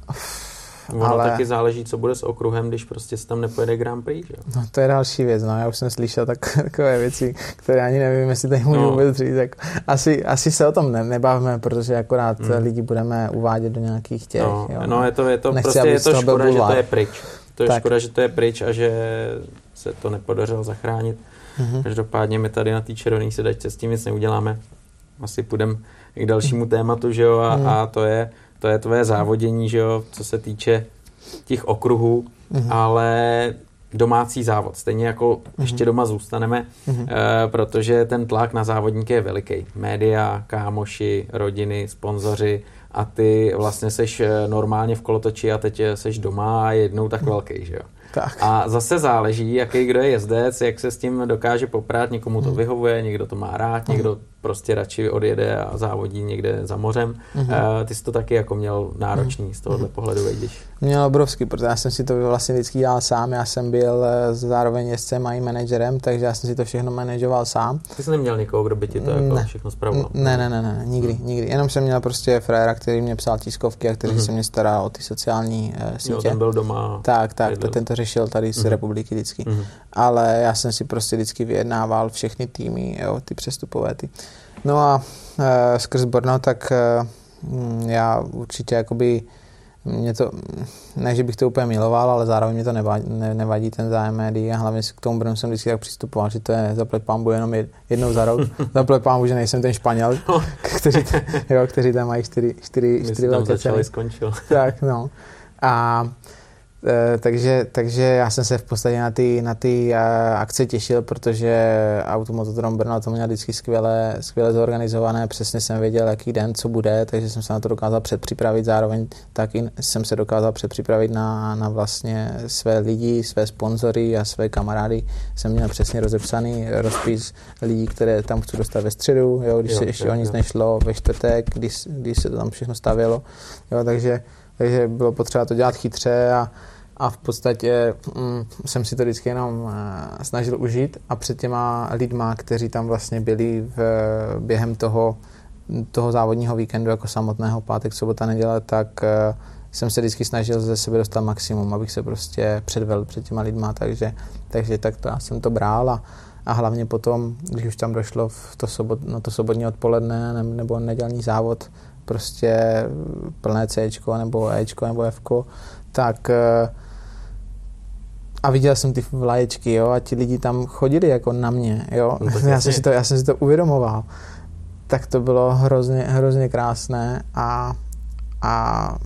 Ono taky záleží, co bude s okruhem, když prostě se tam nepojede Grand Prix, že jo? No to je další věc, no. Já už jsem slyšel takové věci, které ani nevím, jestli tady můžu vůbec říct. Tak asi se o tom nebavíme, protože akorát lidi budeme uvádět do nějakých těch. No, je to prostě je to škoda, že to je pryč. To je škoda, že to je pryč a že se to nepodařilo zachránit. Každopádně my tady na té červené sedačce s tím nic neuděláme. Asi půjdeme k dalšímu tématu, že jo, a to je tvoje závodění, že jo, co se týče těch okruhů, ale domácí závod. Stejně jako ještě doma zůstaneme, protože ten tlak na závodníky je veliký. Média, kámoši, rodiny, sponzoři a ty vlastně seš normálně v kolotoči a teď seš doma a jednou tak velký, že jo. Tak. A zase záleží, jaký kdo je jezdec, jak se s tím dokáže poprát, někomu to vyhovuje, někdo to má rád, někdo prostě radši odjede a závodí někde za mořem. Ty jsi to taky jako měl náročný z tohohle pohledu, vidíš? Měl obrovský, protože já jsem si to vlastně vždycky dělal sám, já jsem byl zároveň jezdcem a i manažerem, takže já jsem si to všechno manažoval sám. Ty jsi neměl nikoho, kdo by ti to jako všechno spravoval? Ne, nikdy. Jenom jsem měl prostě fréra, který mě psal tiskovky a který se mě staral o ty sociální sítě. Jo, ten byl doma. Tak, ten to řešil tady z republiky vždycky. Ale já jsem si prostě vždycky vyjednával všechny týmy, jo, ty přestupové ty. No a skrz Brno, tak já určitě jakoby mě to, ne, že bych to úplně miloval, ale zároveň mě to nevadí ten zájem médií a hlavně k tomu Brnu jsem vždycky tak přistupoval, že to je zaplať pánbu jenom jednou za rok. Zaplať pánbu, že nejsem ten Španěl, kteří tam mají čtyři velké ceny. Skončil. Tak, no. A Takže já jsem se v podstatě na ty akce těšil, protože Automotodrom Brno to měl vždycky skvěle zorganizované, přesně jsem věděl, jaký den, co bude, takže jsem se na to dokázal předpřipravit, zároveň taky jsem se dokázal předpřipravit na vlastně své lidi, své sponzory a své kamarády. Jsem měl přesně rozepsaný rozpis lidí, které tam chci dostat ve středu, jo, když se ještě o nic nešlo, ve čtvrtek, když se to tam všechno stavělo, jo, takže bylo potřeba to dělat chytře a v podstatě jsem si to vždycky jenom snažil užít a před těma lidma, kteří tam vlastně byli během toho závodního víkendu jako samotného pátek, sobota, neděle, tak jsem se vždycky snažil ze sebe dostat maximum, abych se prostě předvedl před těma lidma, takže tak to já jsem to bral a hlavně potom, když už tam došlo to sobotní odpoledne nebo nedělní závod, prostě plné Cčko nebo Ečko nebo Fko, tak a viděl jsem ty vlaječky, jo, a ti lidi tam chodili jako na mě, jo. No, já jsem si to uvědomoval. Tak to bylo hrozně krásné a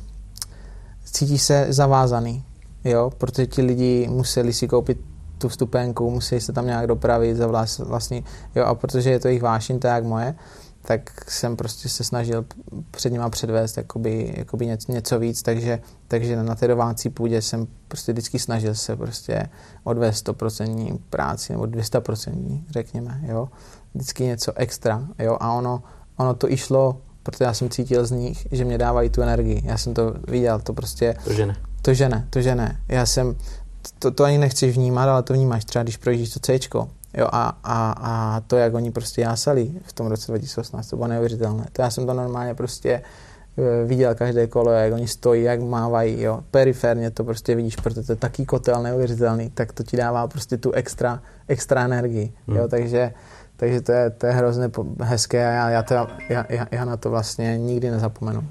cítíš se zavázaný, jo, protože ti lidi museli si koupit tu vstupenku, museli se tam nějak dopravit za vlastní, jo, a protože je to jejich vášeň, tak jak moje, tak jsem prostě se snažil před nima předvést jakoby něco víc, takže na té domácí půdě jsem prostě vždycky snažil se prostě odvést 100% práci nebo 200%, řekněme, jo. Vždycky něco extra, jo, a ono to i šlo, protože já jsem cítil z nich, že mě dávají tu energii. Já jsem to viděl, to prostě... To žene. Já jsem... To ani nechceš vnímat, ale to vnímáš třeba, když projíždíš to Cčko. Jo, a to, jak oni prostě jásali v tom roce 2018, to bylo neuvěřitelné. To já jsem to normálně prostě viděl každé kolo, jak oni stojí, jak mávají, jo. Periferně to prostě vidíš, protože to je taký kotel neuvěřitelný, tak to ti dává prostě tu extra energii, jo, takže to je hrozně hezké a já na to vlastně nikdy nezapomenu.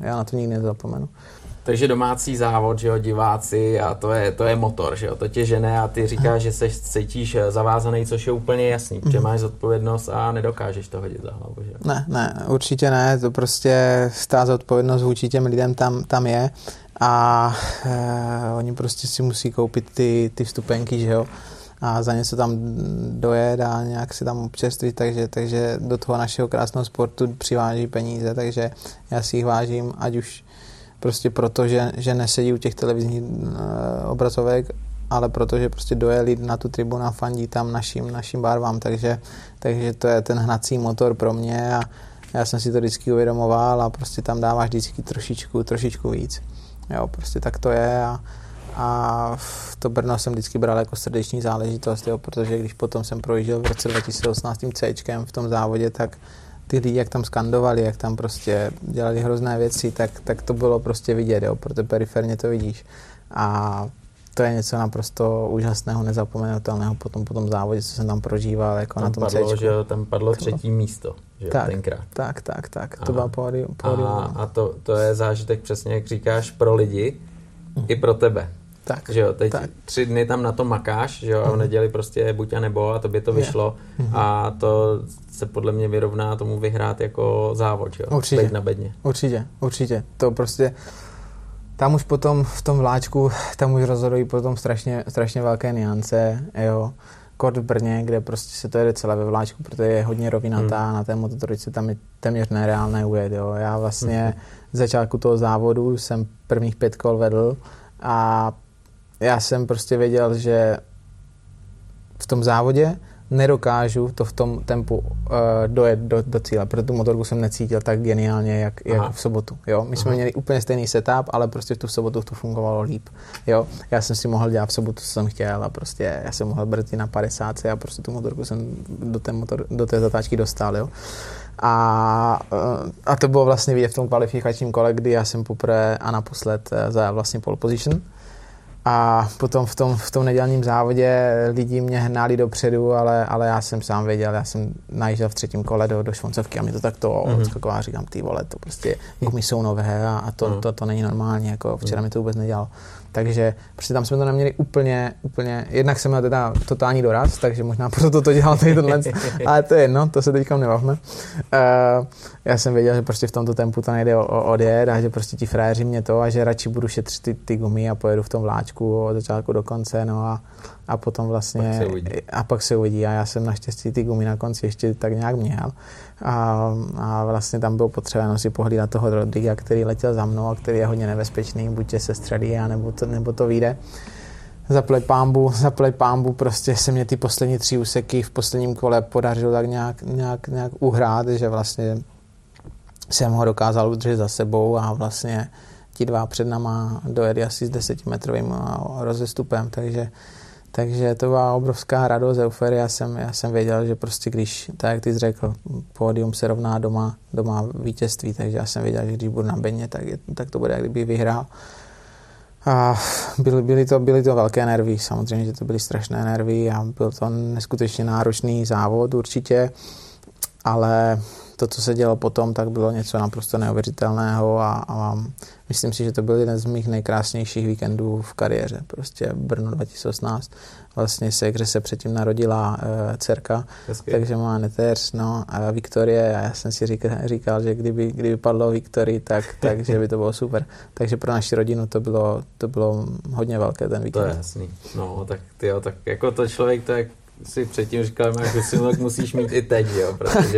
Takže domácí závod, že jo, diváci a to je motor, že jo, to tě žene a ty říkáš, že se cítíš zavázaný, což je úplně jasný, protože máš zodpovědnost a nedokážeš to hodit za hlavu, že jo. Ne, určitě ne, to prostě ta zodpovědnost vůči těm lidem tam je a oni prostě si musí koupit ty vstupenky, že jo, a za něco tam dojet a nějak si tam občerstvit, takže do toho našeho krásného sportu přiváží peníze, takže já si jich vážím, ať už prostě proto, že nesedí u těch televizních obrazovek, ale protože prostě dojeli na tu tribunu a fandí tam našim barvám, takže to je ten hnací motor pro mě a já jsem si to vždycky uvědomoval a prostě tam dáváš vždycky trošičku víc. Jo, prostě tak to je a to Brno jsem vždycky bral jako srdeční záležitost, jo, protože když potom jsem projížděl v roce 2018 Cčkem v tom závodě, tak ty lidi, jak tam skandovali, jak tam prostě dělali hrozné věci, tak to bylo prostě vidět, jo, protože periferně to vidíš. A to je něco naprosto úžasného, nezapomenutelného po tom závodě, co jsem tam prožíval, jako tam na tom Cčku. Že tam padlo 3. místo, že tenkrát. Tak, to byla pódium. A to je zážitek přesně, jak říkáš, pro lidi i pro tebe. Tak, že jo, teď 3 dny tam na to makáš, že jo, a v neděli prostě buď a nebo a tobě to vyšlo a to se podle mě vyrovná tomu vyhrát jako závod, že jo, určitě, na bedně. Určitě, to prostě tam už potom v tom vláčku, tam už rozhodují potom strašně velké niance, jo, kort v Brně, kde prostě se to jede celé ve vláčku, protože je hodně rovinatá, na té mototorice tam je téměř nereálné ujet, jo, já vlastně z začátku toho závodu jsem prvních 5 kol vedl a já jsem prostě věděl, že v tom závodě nedokážu to v tom tempu dojet do cíle, protože tu motorku jsem necítil tak geniálně, jak v sobotu. Jo? My jsme měli úplně stejný setup, ale prostě v sobotu to fungovalo líp. Jo? Já jsem si mohl dělat v sobotu, co jsem chtěl a prostě já jsem mohl brzdit na 50 a prostě tu motorku jsem do té zatáčky dostal. Jo? A to bylo vlastně vidět v tom kvalifikačním kole, kdy já jsem poprvé a naposled za vlastně pole position. A potom v tom nedělním závodě lidi mě hnali dopředu, ale já jsem sám věděl, já jsem najížděl v 3. kole do švoncovky a mi to takto odskakovalo a říkám, ty vole, to prostě gumy jsou nové a to není normální, jako včera mi to vůbec nedělalo. Takže prostě tam jsme to neměli úplně, jednak jsem měl teda totální doraz, takže možná proto to dělal tady tohle, ale to je jedno, to se teďka nebavme. Já jsem věděl, že prostě v tomto tempu to nejde odjet a že prostě ti frajeři mě to a že radši budu šetřit ty gumy a pojedu v tom vláčku. máčku od začátku do konce, no a potom vlastně pak se uvidí a já jsem naštěstí ty gumy na konci ještě tak nějak měl a vlastně tam bylo potřeba jenom si pohlídat toho Rodriga, který letěl za mnou a který je hodně nebezpečný, buď se střelí nebo to vyjde. Zaplať pámbu, prostě se mě ty poslední 3 úseky v posledním kole podařilo tak nějak uhrát, že vlastně jsem ho dokázal udržet za sebou a vlastně ti 2 před náma dojeli asi s 10metrovým rozestupem, takže to byla obrovská radost, euforie. Já jsem věděl, že prostě když, tak jak ty jsi řekl, pódium se rovná doma vítězství, takže já jsem věděl, že když budu na Beně, tak to bude, jak kdyby vyhrál. A byly to velké nervy, samozřejmě, že to byly strašné nervy a byl to neskutečně náročný závod určitě, ale to, co se dělo potom, tak bylo něco naprosto neuvěřitelného a myslím si, že to byl jeden z mých nejkrásnějších víkendů v kariéře. Prostě Brno 2018. Vlastně kde se předtím narodila dcerka, takže má neteř, Viktorie a já jsem si říkal, že kdyby padlo Viktorii, takže by to bylo super. Takže pro naši rodinu to bylo hodně velké ten víkend. To je jasný. No, tak tyjo, tak jako to člověk, to jak si předtím říkal, máš tak musíš mít i teď, jo,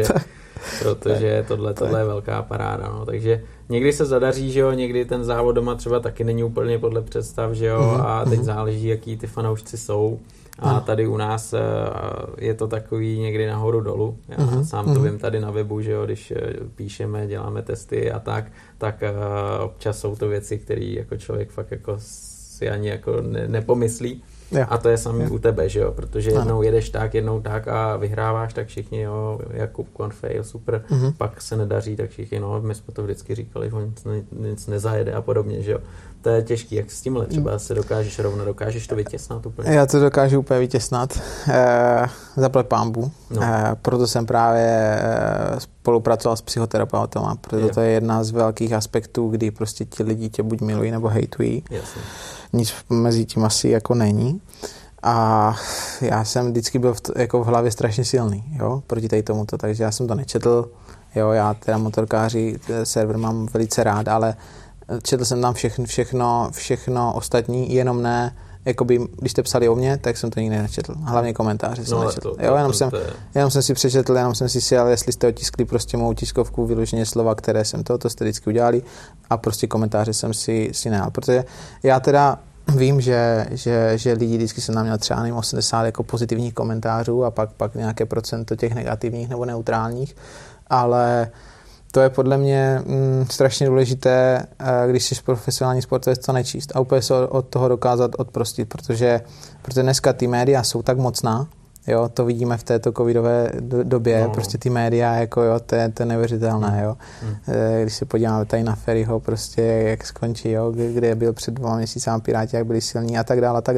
protože tohle je velká paráda, no. Takže někdy se zadaří, že jo, někdy ten závod doma třeba taky není úplně podle představ, že jo, a teď záleží, jaký ty fanoušci jsou. A tady u nás je to takový někdy nahoru dolů. Já sám to vím tady na webu, že jo, když píšeme, děláme testy a tak občas jsou to věci, které jako člověk fakt jako si ani jako nepomyslí. Jo. A to je samý u tebe, že jo, protože jednou jedeš tak, jednou tak a vyhráváš, tak všichni, jo, Jakub Konfej, super, pak se nedaří, tak všichni, no, my jsme to vždycky říkali, že nic nezajede a podobně, že jo. To je těžký, jak s tímhle třeba se dokážeš to vytěsnat úplně? Já to dokážu úplně vytěsnat, zaplať pánbu, proto jsem právě spolupracoval s psychoterapeutama, protože to je jedna z velkých aspektů, kdy prostě ti lidi tě buď milují nebo hejtují. Jasně. Nic mezi tím asi jako není. A já jsem vždycky byl v hlavě strašně silný, jo, proti tady tomuto, takže já jsem to nečetl, jo, já teda motorkáři server mám velice rád, ale četl jsem tam všechno ostatní, jenom ne, jakoby, když jste psali o mně, tak jsem to nikdy nečetl. Hlavně komentáře jsem nečetl. Jenom jsem si přečetl, jenom jsem si sjel, jestli jste otiskli prostě mou tiskovku, vyloženě slova, které jsem to jste vždycky udělali a prostě komentáře jsem si nejal. Protože já teda vím, že lidi vždycky jsem tam měl třeba 80 jako pozitivních komentářů a pak nějaké procento těch negativních nebo neutrálních, ale to je podle mě strašně důležité, když jsi profesionální sportovec, to nečíst a úplně se od toho dokázat odprostit, protože dneska ty média jsou tak mocná, jo, to vidíme v této covidové době, prostě ty média, jako jo, to je neuvěřitelné, jo. Když se podíváme tady na Ferryho, prostě jak skončí, jo, kde byl před 2 měsíci Piráti, jak byli silní a tak dál.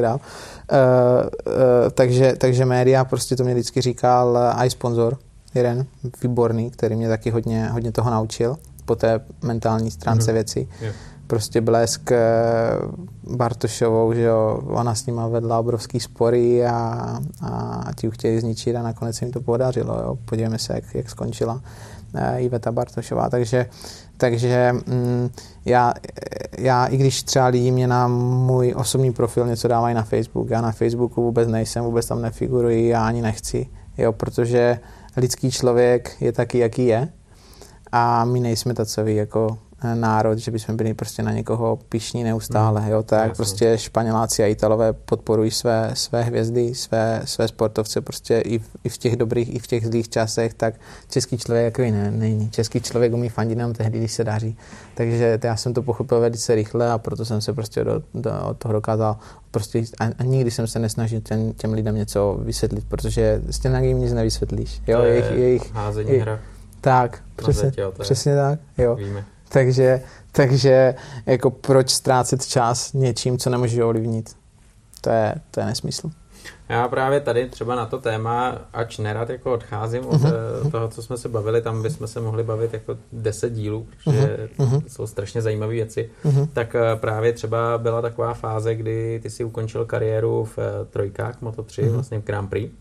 Takže média, prostě to mě vždycky říkal i sponzor, jeden výborný, který mě taky hodně toho naučil po té mentální stránce věci. Prostě Blesk Bartošovou, že jo, ona s nima vedla obrovský spory a ti už chtěli zničit a nakonec se jim to podařilo, jo. Podívejme se, jak skončila Iveta Bartošová, takže já i když třeba lidi mě na můj osobní profil něco dávají na Facebook, já na Facebooku vůbec nejsem, vůbec tam nefiguruji, já ani nechci, jo, protože lidský člověk je taky, jaký je a my nejsme takový jako národ, že bychom byli prostě na někoho pyšní neustále, jo, tak jasně. Prostě Španěláci a Italové podporují své hvězdy, své sportovce prostě i v těch dobrých, i v těch zlých časech, tak český člověk takový není. Český člověk umí fandit jenom tehdy, když se daří. Takže já jsem to pochopil velice rychle a proto jsem se prostě od toho dokázal prostě a nikdy jsem se nesnažil těm lidem něco vysvětlit, protože s těm jim nic nevysvětlíš. Jo, jejich házení hra. Tak, přesně tak, jo. Víme. Takže jako proč ztrácet čas něčím, co nemůžeš ovlivnit? To je nesmysl. Já právě tady třeba na to téma, ač nerad jako odcházím od toho, co jsme se bavili, tam bychom se mohli bavit jako 10 dílů, protože jsou strašně zajímavé věci, tak právě třeba byla taková fáze, kdy ty si ukončil kariéru v trojkách Moto3, vlastně v Grand Prix.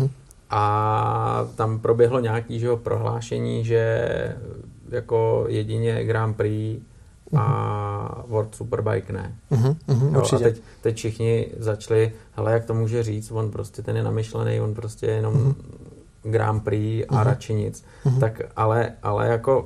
A tam proběhlo nějaký prohlášení, že jako jedině Grand Prix a World Superbike ne. Určitě. A teď všichni začali, hele, jak to může říct, on prostě ten je namyšlený, on prostě jenom Grand Prix a radši nic. Tak ale jako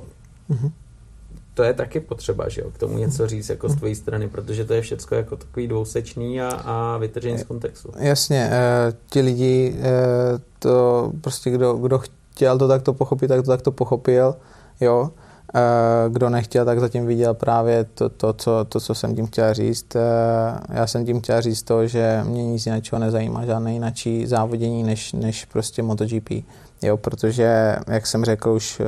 to je taky potřeba, že jo, k tomu něco říct jako z tvojí strany, protože to je všecko jako takový dvousečný a vytržení z kontextu. Jasně, ti lidi, to prostě kdo chtěl to takto pochopit, tak to takto pochopil, jo. Kdo nechtěl, tak zatím viděl právě to, co jsem tím chtěl říct. Já jsem tím chtěl říct to, že mě nic jiného nezajímá, žádné jináčí závodění než prostě MotoGP. Jo, protože, jak jsem řekl už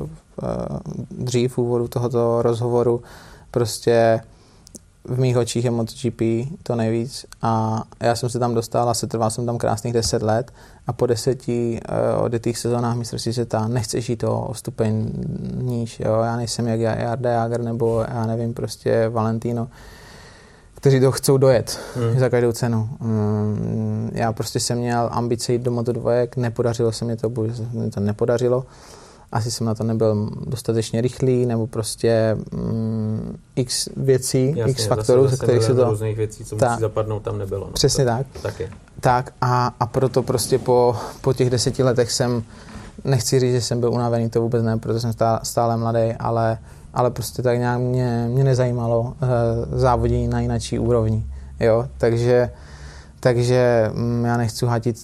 dřív v úvodu tohoto rozhovoru, prostě v mých očích je MotoGP to nejvíc a já jsem se tam dostal a setrval jsem tam krásných 10 let a po 10 odjetých sezónách mistrovství světa nechceš jít o stupeň níž, jo? Já nejsem jak Jarda Jager nebo já nevím, prostě Valentino, kteří to chcou dojet za každou cenu. Já prostě jsem měl ambice jít do Moto2, nepodařilo se mi to, mě to nepodařilo. Asi jsem na to nebyl dostatečně rychlý, nebo prostě x věcí, jasně, x faktorů, ze kterých se to... různých věcí, co musí zapadnout, tam nebylo. No. Přesně tak. Taky. Tak a proto prostě po těch 10 letech jsem, nechci říct, že jsem byl unavený, to vůbec ne, protože jsem stále mladý, ale prostě tak nějak mě nezajímalo závodění na jináčí úrovni. Jo? Takže já nechci hatit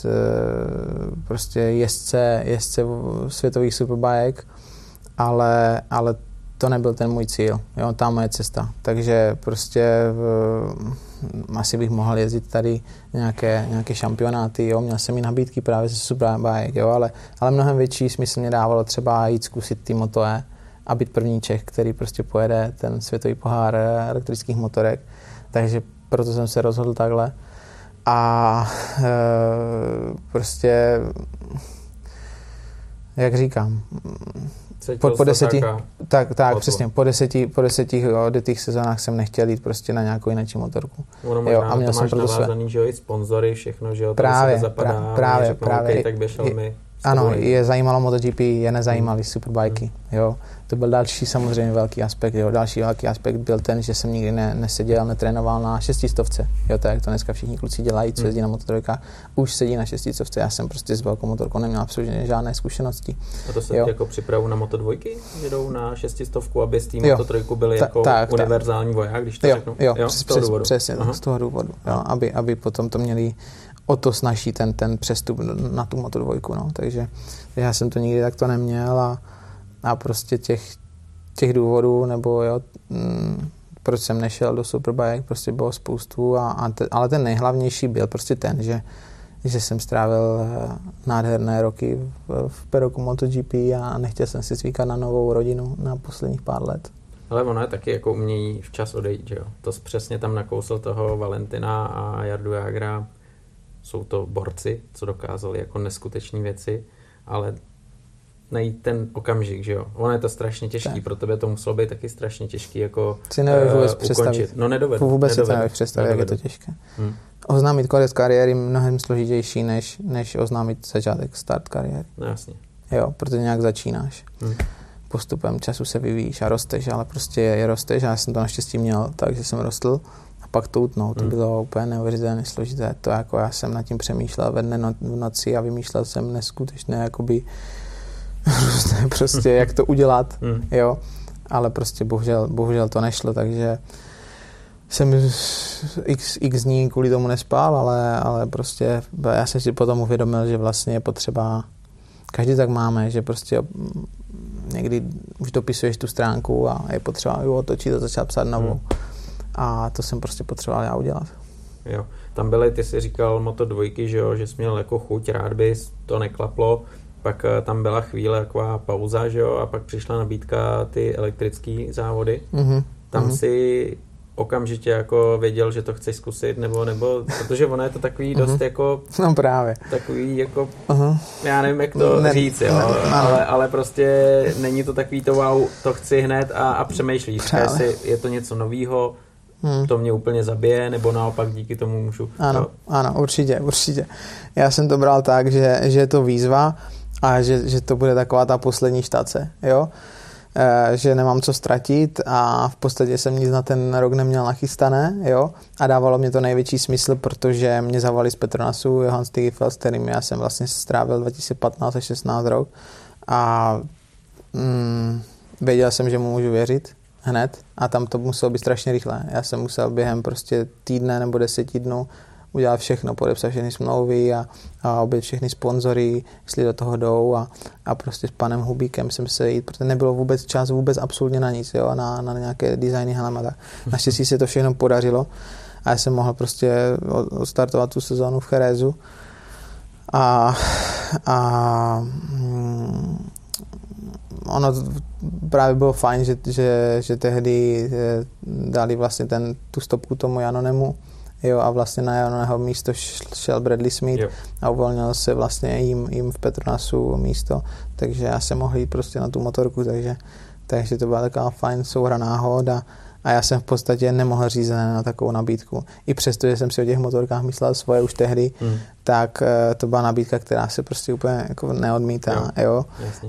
prostě jezdce světových superbajek, ale to nebyl ten můj cíl, jo, ta moje cesta. Takže prostě asi bych mohl jezdit tady nějaké šampionáty, jo, měl jsem i nabídky právě ze superbajek, jo, ale mnohem větší smysl mě dávalo třeba jít zkusit ty Moto2 a být první Čech, který prostě pojede ten světový pohár elektrických motorek. Takže proto jsem se rozhodl takhle. A prostě, jak říkám, po 10, tak přesně, po 10 odjetých sezónách jsem nechtěl jít prostě na nějakou jinou motorku. Ono jo, a měl jsem proto navázaný, že jo, i sponzory, všechno, že jo, právě, právě, okay, tak běžel mi. Ano, je zajímalo MotoGP, je nezajímaly superbajky, jo. To byl další samozřejmě velký aspekt, jo. Další velký aspekt byl ten, že jsem nikdy neseděl, netrénoval na 600, jo, tak to dneska všichni kluci dělají, co jezdí na Moto3, už sedí na 600, já jsem prostě s velkou motorkou neměl absolutně žádné zkušenosti. A to se jako připravu na Moto2, že jdou na 600, aby z té Moto3 byli jako univerzální voják, když to řeknu? Jo, přesně, z toho důvodu, jo, aby potom to měli o to snaží ten přestup na tu Moto2, no. Takže já jsem to nikdy takto neměl a prostě těch důvodů, nebo jo, proč jsem nešel do Superbike, prostě bylo spoustu, ale ten nejhlavnější byl prostě ten, že jsem strávil nádherné roky v peroku MotoGP a nechtěl jsem si zvykat na novou rodinu na posledních pár let. Ale ono je taky jako umějí včas odejít, že jo. To přesně tam nakousl toho Valentina a Jardu Jagera. Jsou to borci, co dokázali jako neskutečné věci, ale najít ten okamžik, že jo. Ono je to strašně těžký, pro tebe to muselo být taky strašně těžký jako si nedovedu vůbec představit. No nedovedu. Vůbec si to nedovedu představit, jak je to těžké. Oznámit konec kariéry je mnohem složitější, než oznámit start kariéry. No jasně. Jo, protože nějak začínáš. Postupem času se vyvíjíš a rosteš, ale prostě je rosteš a já jsem to naštěstí měl, takže jsem rostl. A pak to utnout, to bylo úplně neuvěřitelně složité. To jako já jsem nad tím přemýšlel ve dne v noci a vymýšlel jsem neskutečné jakoby různé prostě, jak to udělat, jo. Ale prostě bohužel to nešlo, takže jsem x dní kvůli tomu nespal, ale prostě já jsem si potom uvědomil, že vlastně je potřeba, každý tak máme, že prostě někdy už dopisuješ tu stránku a je potřeba ji otočit a začát psát novou. A to jsem prostě potřeboval já udělat. Jo, tam byly, ty jsi říkal Moto2, že jo, že jsi měl jako chuť, rád bys, to neklaplo, pak tam byla chvíle taková pauza, že jo, a pak přišla nabídka ty elektrické závody. Tam si okamžitě jako věděl, že to chceš zkusit, nebo protože ono je to takový dost jako... No právě. Takový jako... Já nevím, jak to říct, jo, ale prostě není to takový to wow, to chci hned a přemýšlíš, jestli je to něco novýho, to mě úplně zabije, nebo naopak díky tomu můžu... Ano, určitě. Já jsem to bral tak, že je to výzva a že to bude taková ta poslední štace, jo. že nemám co ztratit a v podstatě jsem nic na ten rok neměl nachystané, jo, a dávalo mě to největší smysl, protože mě zavolali z Petronasu Johan Stigefeld, s kterým já jsem vlastně strávil 2015 a 16 rok a věděl jsem, že mu můžu věřit hned a tam to muselo být strašně rychle. Já jsem musel během prostě týdne nebo 10 dnů udělat všechno, podepsat všechny smlouvy a obět všechny sponzory, jestli do toho jdou a prostě s panem Hubíkem jsem se jít, protože nebylo vůbec čas, vůbec absolutně na nic, jo, na nějaké designy helma. Naštěstí se to všechno podařilo a já jsem mohl prostě odstartovat tu sezónu v Cherezu a ono právě bylo fajn, že tehdy dali vlastně tu stopku tomu Janonemu, jo, a vlastně na Janoneho místo šel Bradley Smith, jo, a uvolnil se vlastně jim v Petronasu místo, takže já jsem mohl jít prostě na tu motorku, takže to byla taková fajn souhra náhod a já jsem v podstatě nemohl říct na takovou nabídku. I přesto, že jsem si o těch motorkách myslel svoje už tehdy, tak to byla nabídka, která se prostě úplně jako neodmítá, jo.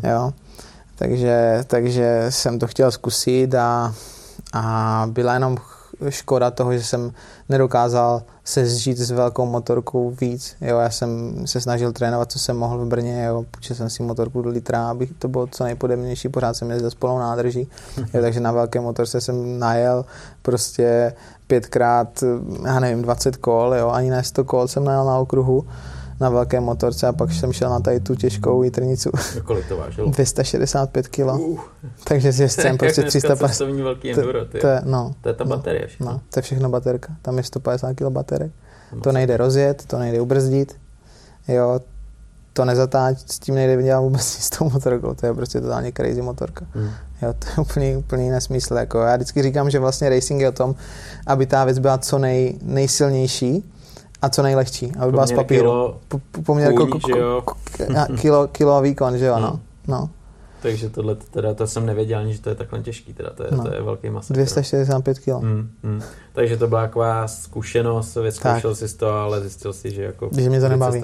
Takže jsem to chtěl zkusit a byla jenom škoda toho, že jsem nedokázal se zžít s velkou motorkou víc. Jo, já jsem se snažil trénovat, co jsem mohl v Brně, jo, půjčil jsem si motorku do litra, abych to bylo co nejpodobnější, pořád jsem jezdil s plnou nádrží, jo, takže na velké motorce jsem najel prostě 5x, já nevím, 20 kol, jo, ani ne 100 kol jsem najel na okruhu na velké motorce a pak jsem šel na tady tu těžkou jitrnicu. Kolik to vážilo? 265 kg. Takže s jezdcem prostě 350. Velký enduro, to je ta baterie všechno. No, to je všechno baterka. Tam je 150 kg baterek. To nejde rozjet, to nejde ubrzdit. Jo, to nezatáč, s tím nejde dělat vůbec nic s tou motorkou. To je prostě totálně crazy motorka. Jo, to je úplně nesmysl. Jako. Já vždycky říkám, že vlastně racing je o tom, aby ta věc byla co nejsilnější a co nejlehčí, aby byla z papíru. Poměr kilo výkon, že jo, no. Takže tohle teda, to jsem nevěděl ani, že to je takhle těžký, teda to je velký masakr. 265 kg. Takže to byla taková zkušenost, vyzkoušel jsi to, ale zjistil si, že jako že mě to nebaví.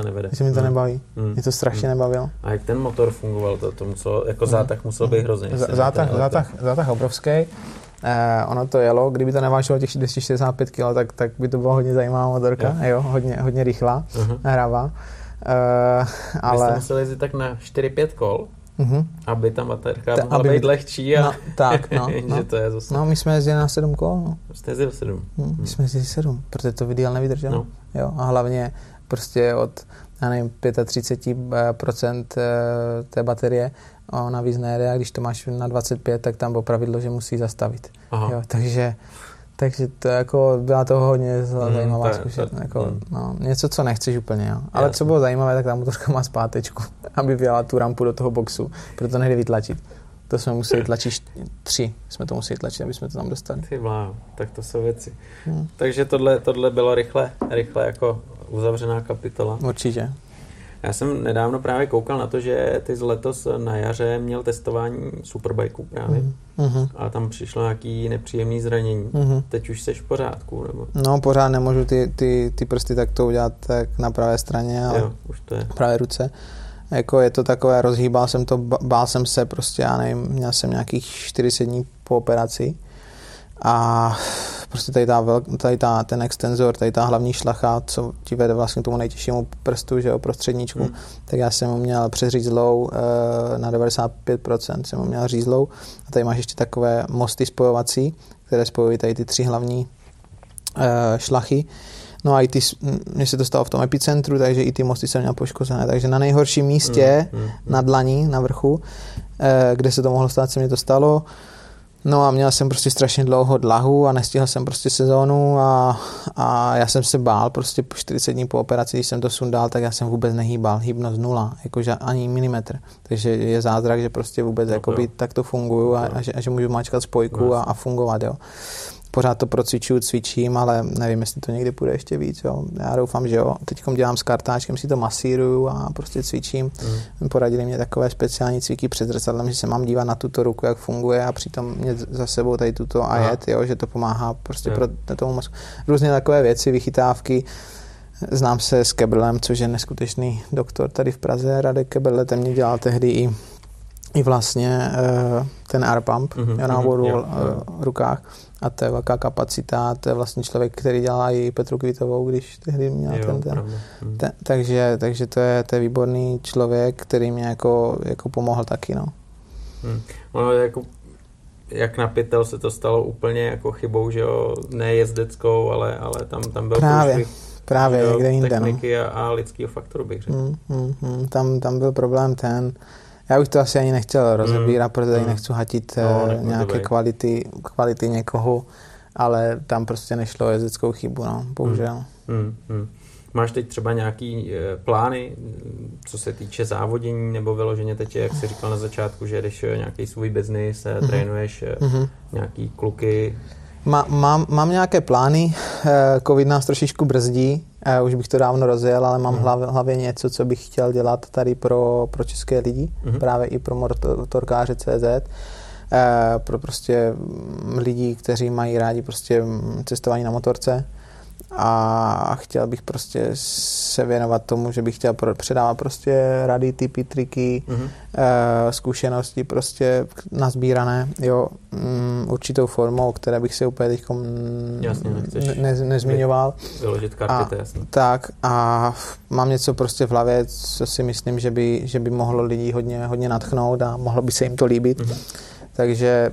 Mě to strašně nebavilo. A jak ten motor fungoval, to muselo, jako zátah musel být hrozný. Zátah obrovský. Ono to jelo, kdyby to nevážilo těch 265 kg, tak by to byla hodně zajímavá motorka, jo, hodně rychlá, hravá. Ale... Vy jste museli jezdit tak na 4-5 kol, aby ta baterka mohla být lehčí a že to je zase... No, my jsme jezdili na 7 kol. No. Jste jezdili 7? My jsme jezdili 7, protože to ideál nevydrželo. No. Jo, a hlavně prostě od, já nevím, 35% té baterie navíc nejde a když to máš na 25, tak tam bylo pravidlo, že musí zastavit. Jo, takže to jako byla to hodně zajímavá zkušenost. Jako, něco, co nechceš úplně. Jo. Ale co bylo zajímavé, tak ta motorka má zpátečku, aby vyjela tu rampu do toho boxu, proto nejde vytlačit. To jsme museli tlačit 3, jsme to museli tlačit, aby jsme to tam dostali. Ty bláho, tak to jsou věci. Takže tohle bylo rychle jako uzavřená kapitola. Určitě. Já jsem nedávno právě koukal na to, že ty letos na jaře měl testování superbikeů právě. A tam přišlo nějaký nepříjemný zranění. Teď už seš v pořádku, nebo? No, pořád nemůžu ty prsty takto udělat tak na pravé straně, ale už to je. Pravé ruce. Jako je to takové, rozhýbal jsem to, bál jsem se prostě, já nevím, měl jsem nějakých 40 dní po operaci a prostě tady ten extenzor, tady ta hlavní šlacha, co ti vede vlastně k tomu nejtěžšímu prstu, že jo, prostředníčku, tak já jsem ho měl přes řízlou na 95%, jsem ho měl řízlou a tady máš ještě takové mosty spojovací, které spojují tady ty 3 hlavní šlachy. No a i mně se to stalo v tom epicentru, takže i ty mosty jsem měl poškozené. Takže na nejhorším místě, na dlaní, na vrchu, kde se to mohlo stát, se mi to stalo. No a měl jsem prostě strašně dlouho dlahu a nestihl jsem prostě sezónu a já jsem se bál prostě po 40 dní po operaci, když jsem to sundal, tak já jsem vůbec nehýbal, hybnost 0, jakože ani milimetr. Takže je zázrak, že prostě vůbec jakoby takto funguju a že můžu mačkat spojku a fungovat, jo. Pořád to procvičuju, cvičím, ale nevím, jestli to někdy půjde ještě víc. Jo. Já doufám, že jo. Teďkom dělám s kartáčkem, si to masíruju a prostě cvičím. Poradili mě takové speciální cviky před zrcadlem, že se mám dívat na tuto ruku, jak funguje a přitom mě za sebou tady tuto a jet, jo, že to pomáhá prostě pro tomu mozku. Různě takové věci, vychytávky. Znám se s Kebrlem, což je neskutečný doktor tady v Praze. Radek Kebrle, ten mě dělal tehdy i vlastně ten R-pump na obou rukách. A to je velká kapacita, to je vlastně člověk, který dělá i Petru Kvitovou, když tehdy měl takže to je výborný člověk, který mě jako pomohl taky, no. Ono jako, jak na pytel se to stalo úplně jako chybou, že jo, ne jezdeckou, ale tam byl právě někde jinde, techniky a lidského faktoru, bych řekl. Tam byl problém ten, já už to asi ani nechtěl rozebírat, protože tady nechci hatit nějaké kvality někoho, ale tam prostě nešlo o jezdeckou chybu, no, bohužel. Máš teď třeba nějaký plány, co se týče závodění, nebo vyloženě teď, jak jsi říkal na začátku, že jdeš nějaký svůj biznis, trénuješ nějaký kluky? Mám nějaké plány, covid nás trošičku brzdí, už bych to dávno rozjel, ale mám v hlavě něco, co bych chtěl dělat tady pro české lidi, právě i pro motorkáře CZ, pro prostě lidi, kteří mají rádi prostě cestování na motorce. A chtěl bych prostě se věnovat tomu, že bych chtěl předávat prostě rady, tipy, triky, zkušenosti prostě nazbírané, jo, určitou formou, které bych se úplně teďkom nezmiňoval. Vyložit karty, to jasně. Tak a mám něco prostě v hlavě, co si myslím, že by mohlo lidi hodně nadchnout a mohlo by se jim to líbit. Takže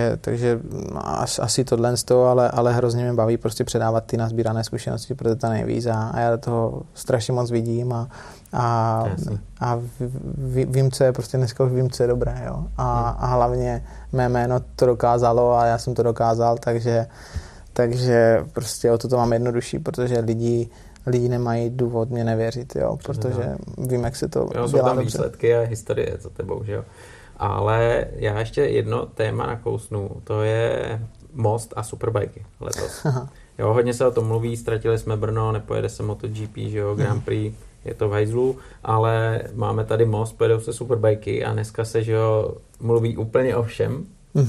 asi tohle z toho, ale hrozně mě baví prostě předávat ty nazbírané zkušenosti, protože to nejvíc a já do toho strašně moc vidím a vím, co je prostě dneska už vím, co je dobré, jo. A hlavně mé jméno to dokázalo a já jsem to dokázal, takže prostě o to mám jednodušší, protože lidi nemají důvod mě nevěřit, jo, protože vím, jak se to dělá jsou tam dobře. Výsledky a historie za tebou, že jo. Ale já ještě jedno téma nakousnu, to je most a superbajky letos. Jo, hodně se o tom mluví, ztratili jsme Brno, nepojede se MotoGP, že jo, Grand Prix, je to v hajzlu, ale máme tady most, pojedou se superbajky a dneska se, že jo, mluví úplně o všem.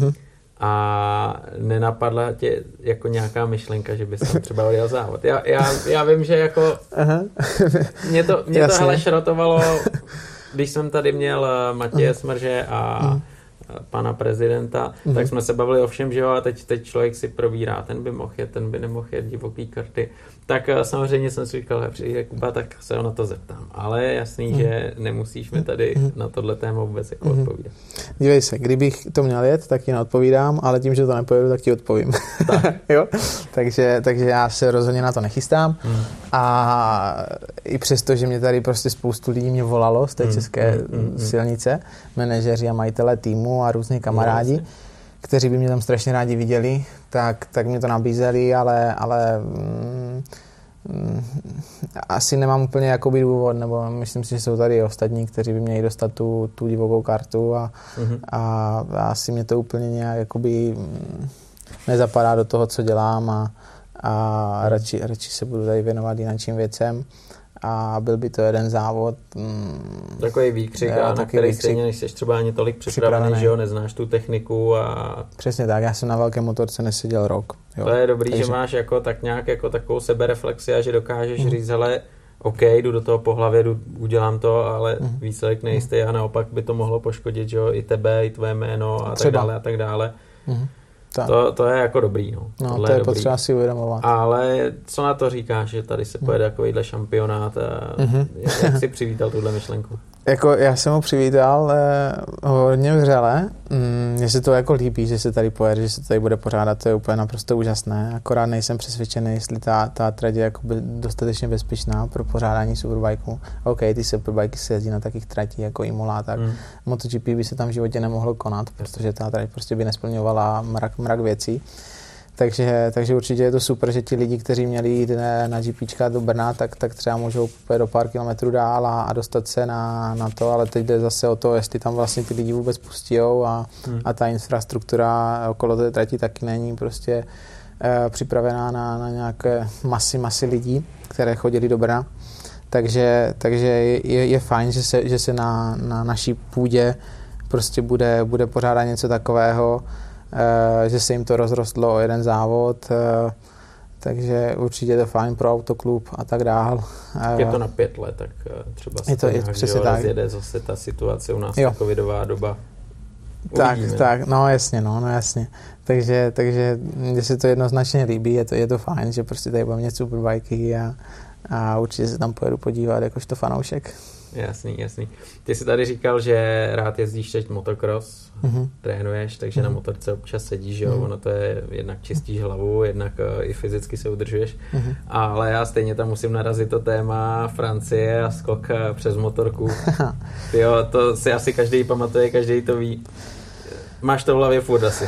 A nenapadla tě jako nějaká myšlenka, že bys tam třeba odjel závod. Já vím, že jako mě to hele šrotovalo, když jsem tady měl Matěje Smrže a pana prezidenta, tak jsme se bavili o všem, že jo, a teď člověk si probírá, ten by mohl jet, ten by nemohl jet, divoký karty. Tak samozřejmě jsem si říkal, že přijde Kuba, tak se ho na to zeptám. Ale je jasný, že nemusíš mi tady na tohle téma vůbec jako odpovídat. Dívej se, kdybych to měl jet, tak ti neodpovídám, ale tím, že to nepojedu, tak ti odpovím. Tak. Jo? Takže já se rozhodně na to nechystám. A i přesto, že mě tady prostě spoustu lidí mě volalo z té české silnice, manažeři a majitelé týmu a různí kamarádi, kteří by mě tam strašně rádi viděli, tak mě to nabízeli, ale asi nemám úplně jakoby důvod, nebo myslím si, že jsou tady ostatní, kteří by měli dostat tu divokou kartu a asi mě to úplně nějak jakoby nezapadá do toho, co dělám a radši se budu tady věnovat jiným věcem. A byl by to jeden závod. Takový výkřik, na který stejně nejsi třeba ani tolik připravený, že jo, neznáš tu techniku a... Přesně tak, já jsem na velké motorce neseděl rok. Jo. To je dobrý, že máš jako tak nějak jako takovou sebereflexi a že dokážeš říct, hele, OK, jdu do toho po hlavě, udělám to, ale výsledek nejistý a naopak by to mohlo poškodit, že jo, i tebe, i tvé jméno a tak dále. To je jako dobrý, no. No, to je potřeba si uvědomovat. Ale co na to říkáš, že tady se pojede takovýhle šampionát a jak jsi přivítal tuhle myšlenku? Jako já jsem ho přivítal hodně vřele. Mně se to jako líbí, že se tady pojede, že se tady bude pořádat, to je úplně naprosto úžasné. Akorát nejsem přesvědčený, jestli ta trať je jako dostatečně bezpečná pro pořádání superbikeů. OK, ty superbikey se jezdí na takých tratí jako Imola, tak MotoGP by se tam v životě nemohlo konat, protože ta trať prostě by nesplňovala mrak věcí. Takže určitě je to super, že ti lidi, kteří měli jít na GPčka do Brna, tak třeba můžou do pár kilometrů dál a dostat se na to, ale teď jde zase o to, jestli tam vlastně ty lidi vůbec pustijou a ta infrastruktura okolo té trati taky není prostě připravená na nějaké masy lidí, které chodili do Brna. Takže je fajn, že se na naší půdě prostě bude pořádat něco takového, že se jim to rozrostlo o jeden závod, takže určitě je to fajn pro autoklub a tak dál. Je to na 5 let, tak třeba se to nějak rozjede zase ta situace u nás, ta covidová doba. Tak, no jasně. Takže mně se to jednoznačně líbí, je to fajn, že prostě tady budeme superbajky a určitě se tam pojedu podívat jakožto fanoušek. Jasný. Ty jsi tady říkal, že rád jezdíš teď motocross, trénuješ, takže na motorce občas sedíš, jo, ono to je, jednak čistíš hlavu, jednak i fyzicky se udržuješ, ale já stejně tam musím narazit to téma Francie a skok přes motorku. Jo, to si asi každý pamatuje, každý to ví. Máš to v hlavě furt asi?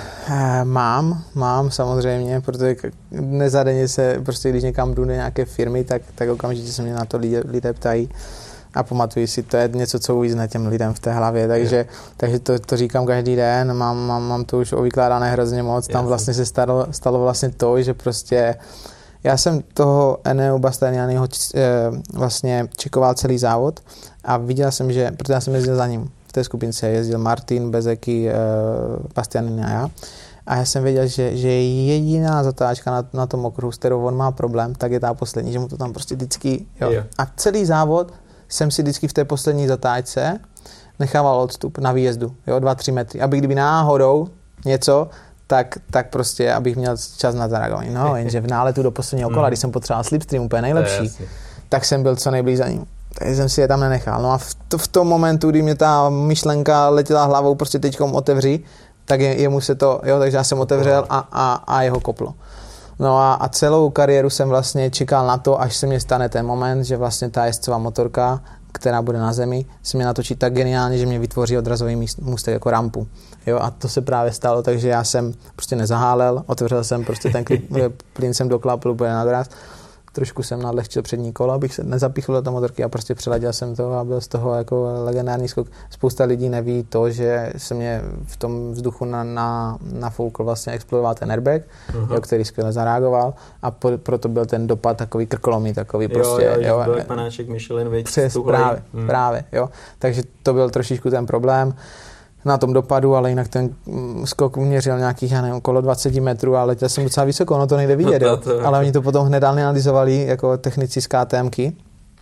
Mám samozřejmě, protože nezadenně se, prostě když někam jdu do nějaké firmy, tak okamžitě se mě na to lidé ptají. A pamatuji si, to je něco, co uvízne těm lidem v té hlavě, takže to říkám každý den, mám to už ovykládané hrozně moc, tam vlastně se stalo vlastně to, že prostě já jsem toho Enea Bastianiniho vlastně čekoval celý závod a viděl jsem, že, protože já jsem jezdil za ním, v té skupince jezdil Martin, Bezzecchi, Bastianini a já. A já jsem věděl, že jediná zatáčka na tom okruhu, s kterou on má problém, tak je ta poslední, že mu to tam prostě vždycky, jo. A celý závod jsem si vždycky v té poslední zatáčce nechával odstup na výjezdu, jo, 2-3 metry, aby kdyby náhodou něco, tak prostě, abych měl čas na zareagování. No, jenže v náletu do posledního kola, když jsem potřeboval slipstream úplně nejlepší, tak jsem byl co nejblíž za ním. Takže jsem si je tam nenechal. No a v tom momentu, kdy mě ta myšlenka letěla hlavou, prostě teďkom otevři, tak jemu se to, jo, takže já jsem otevřel a jeho koplo. No a celou kariéru jsem vlastně čekal na to, až se mě stane ten moment, že vlastně ta jezdcová motorka, která bude na zemi, se mě natočí tak geniálně, že mě vytvoří odrazový můstek jako rampu. Jo, a to se právě stalo, takže já jsem prostě nezahálel, otevřel jsem prostě ten plyn jsem doklapl úplně na dráz. Trošku jsem nadlehčil přední kolo, abych se nezapíchl do té motorky a prostě přeladil jsem to a byl z toho jako legendární skok. Spousta lidí neví to, že se mě v tom vzduchu nafoukl vlastně explodoval ten airbag, jo, který skvěle zareagoval a proto byl ten dopad takový krkolomý, takový prostě. Jo, byl panáček Michelin, právě, jo. Takže to byl trošičku ten problém na tom dopadu, ale jinak ten skok měřil nějakých, já nevím, okolo 20 metrů a letěl jsem docela vysoko, no to nejde vidět, jo. Ale oni to potom hned analyzovali jako technici z KTMky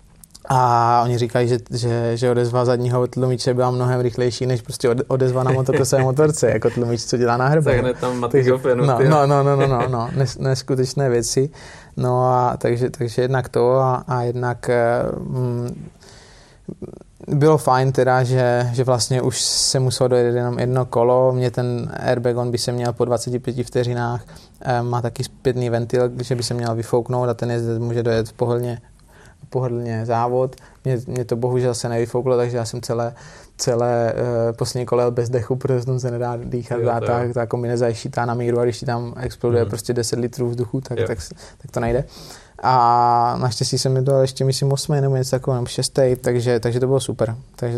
a oni říkají, že odezva zadního tlumiče byla mnohem rychlejší, než prostě odezva na motokrosové motorce, jako tlumič, co dělá na hrbě. Tak hned tam Matigofenu. No, neskutečné věci. No a takže jednak to a jednak bylo fajn teda, že vlastně už se muselo dojet jenom jedno kolo, mě ten airbag, on by se měl po 25 vteřinách, má taky zpětný ventil, že by se měl vyfouknout a ten jezdec může dojet pohodlně závod. Mě to bohužel se nevyfouklo, takže já jsem celé poslední kolo bez dechu, protože tam se nedá dýchat, ta kombinace je šitá na míru a když ti tam exploduje prostě 10 litrů vzduchu, tak to nejde. A naštěstí se mi to ještě myslím 8. nebo něco takového, nebo 6. Takže to bylo super.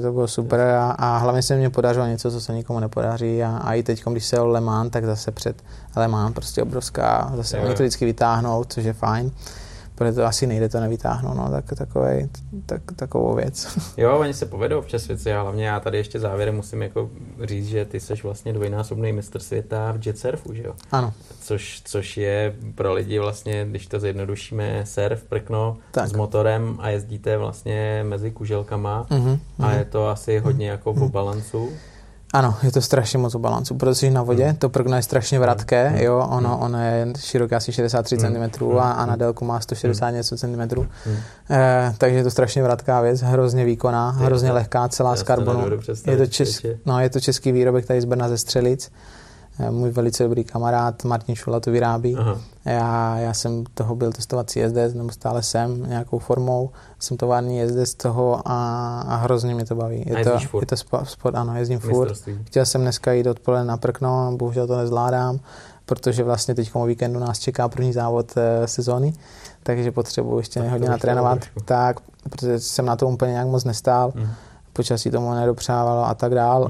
A hlavně se mě podařilo něco, co se nikomu nepodaří a i teď, když se o Le Mans, tak zase před Le Mans prostě obrovská, zase oni to vždycky vytáhnou, což je fajn. Protože to asi nejde to nevytáhnout, no, takovou věc. Jo, oni se povedou občas věci a hlavně já tady ještě závěrem musím jako říct, že ty seš vlastně dvojnásobný mistr světa v jet surfu, že jo? Ano. Což je pro lidi vlastně, když to zjednodušíme, surf, prkno s motorem a jezdíte vlastně mezi kuželkama a je to asi hodně jako o balancu. Ano, je to strašně moc o balancu, protože jsi na vodě, to prkno je strašně vratké, jo, ono je široké asi 63 cm a na délku má 160 něco centimetrů, takže je to strašně vratká věc, hrozně výkonná, hrozně lehká, celá z karbonu. Je to český výrobek tady z Brna ze Střelic. Můj velice dobrý kamarád Martin Šula to vyrábí. Já jsem toho byl testovací jezdec, nebo stále jsem nějakou formou, jsem tovární jezdec toho a hrozně mě to baví. Je to sport, ano, jezdím furt. Chtěl jsem dneska jít odpoledne na prkno, bohužel to nezvládám, protože vlastně teď o víkendu nás čeká první závod sezóny, takže potřebuji ještě hodně natrénovat, tak, protože jsem na to úplně nějak moc nestál. Počasí tomu nedopřávalo a tak dál.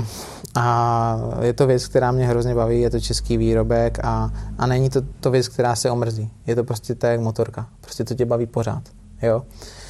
A je to věc, která mě hrozně baví, je to český výrobek a není to věc, která se omrzí. Je to prostě tak jak motorka. Prostě to tě baví pořád. Jo?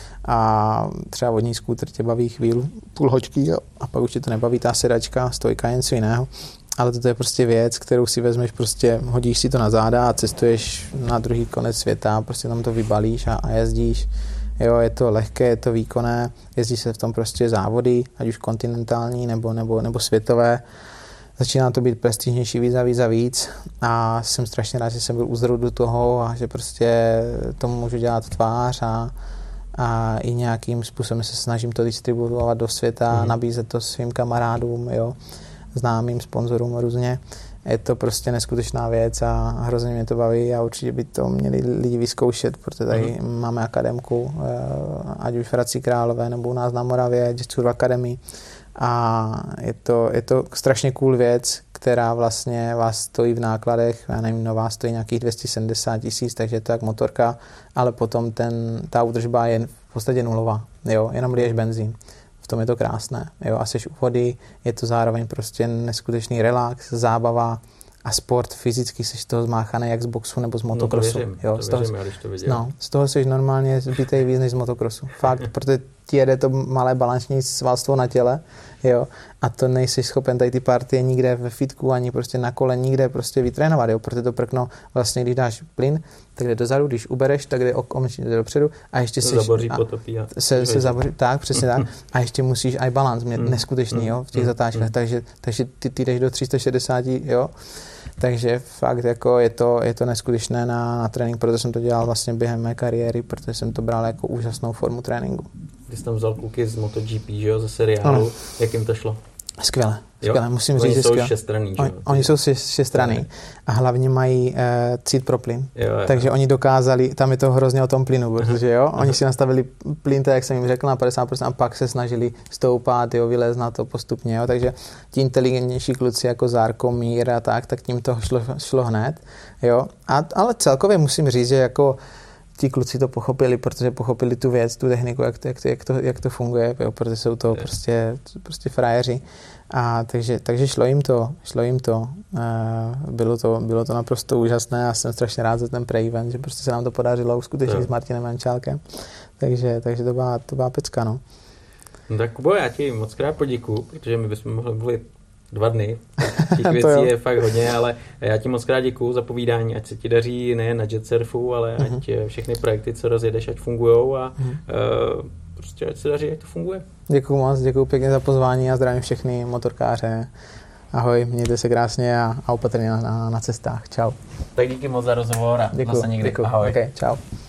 A třeba vodní skútr tě baví chvíli, půl hoďky, jo? A pak už tě to nebaví ta sedačka, stojka, něco jiného. Ale to je prostě věc, kterou si vezmeš, prostě hodíš si to na záda a cestuješ na druhý konec světa, prostě tam to vybalíš a jezdíš. Jo, je to lehké, je to výkonné, jezdí se v tom prostě závody, ať už kontinentální nebo světové. začíná to být prestižnější víc a víc a jsem strašně rád, že jsem byl u zrodu toho a že prostě tomu můžu dělat tvář a i nějakým způsobem se snažím to distribuovat do světa, nabízet to svým kamarádům, jo, známým sponzorům různě. Je to prostě neskutečná věc a hrozně mě to baví a určitě by to měli lidi vyzkoušet, protože tady máme akademku, ať už v Hradci Králové nebo u nás na Moravě, Jiu-Jitsu Academy a je to strašně cool věc, která vlastně vás stojí v nákladech, já nevím, nová stojí nějakých 270 000, takže je to jak motorka, ale potom ta údržba je v podstatě nulová, jo, jenom liješ benzín. V tom je to krásné, jo, a seš u vody, je to zároveň prostě neskutečný relax, zábava a sport, fyzicky seš toho zmáchaný jak z boxu nebo z motokrosu. Z toho seš normálně zbytej víc než z motokrosu. Fakt, protože ti jede to malé balanční svalstvo na těle, jo, a to nejsi schopen tady ty partie nikde ve fitku ani prostě na kole nikde prostě vytrénovat, jo, protože to prkno vlastně, když dáš plyn, tak jde dozadu, když ubereš, tak jde okamžitě dopředu a ještě se zaboří, potopí a se zaboří, tak, přesně tak, a ještě musíš i balans mít neskutečný, jo, v těch zatáčkách, takže ty jdeš do 360, jo, takže fakt jako je to neskutečné na trénink, protože jsem to dělal vlastně během mé kariéry, protože jsem to bral jako úžasnou formu tréninku. Ty jsi tam vzal kluky z MotoGP, že jo, ze seriálu, jak jim to šlo? Skvěle, musím říct, že skvěle. Oni jsou šestranný, že jo? Oni jsou šestranný a hlavně mají cít pro plyn. Takže oni dokázali, tam je to hrozně o tom plynu, protože jo, oni si nastavili plyn, tak jak jsem jim řekl, na 50% a pak se snažili stoupat, jo, vylézt na to postupně, jo, takže ti inteligentnější kluci jako Zárko, Mír a tak tím to šlo hned, jo, ale celkově musím říct, že jako ti kluci to pochopili, protože pochopili tu věc, tu techniku, jak to funguje, jo, protože jsou to prostě frajeři. A takže šlo jim to. Bylo to naprosto úžasné a jsem strašně rád za ten pre-event, že prostě se nám to podařilo uskutečnit s Martinem Jančálkem. Takže to byla pecka, no. No tak Kubo, já ti moc krát poděkuju, protože my bychom mohli mluvit 2 dny. Těch věcí je fakt hodně, ale já ti moc krát děkuju za povídání, ať se ti daří nejen na Jetsurfu, ale ať všechny projekty, co rozjedeš, ať fungujou a prostě ať se daří, ať to funguje. Děkuju moc, děkuju pěkně za pozvání a zdravím všechny motorkáře. Ahoj, mějte se krásně a opatrně na cestách. Čau. Tak díky moc za rozhovor a zase někdy. Ahoj. Okay, čau.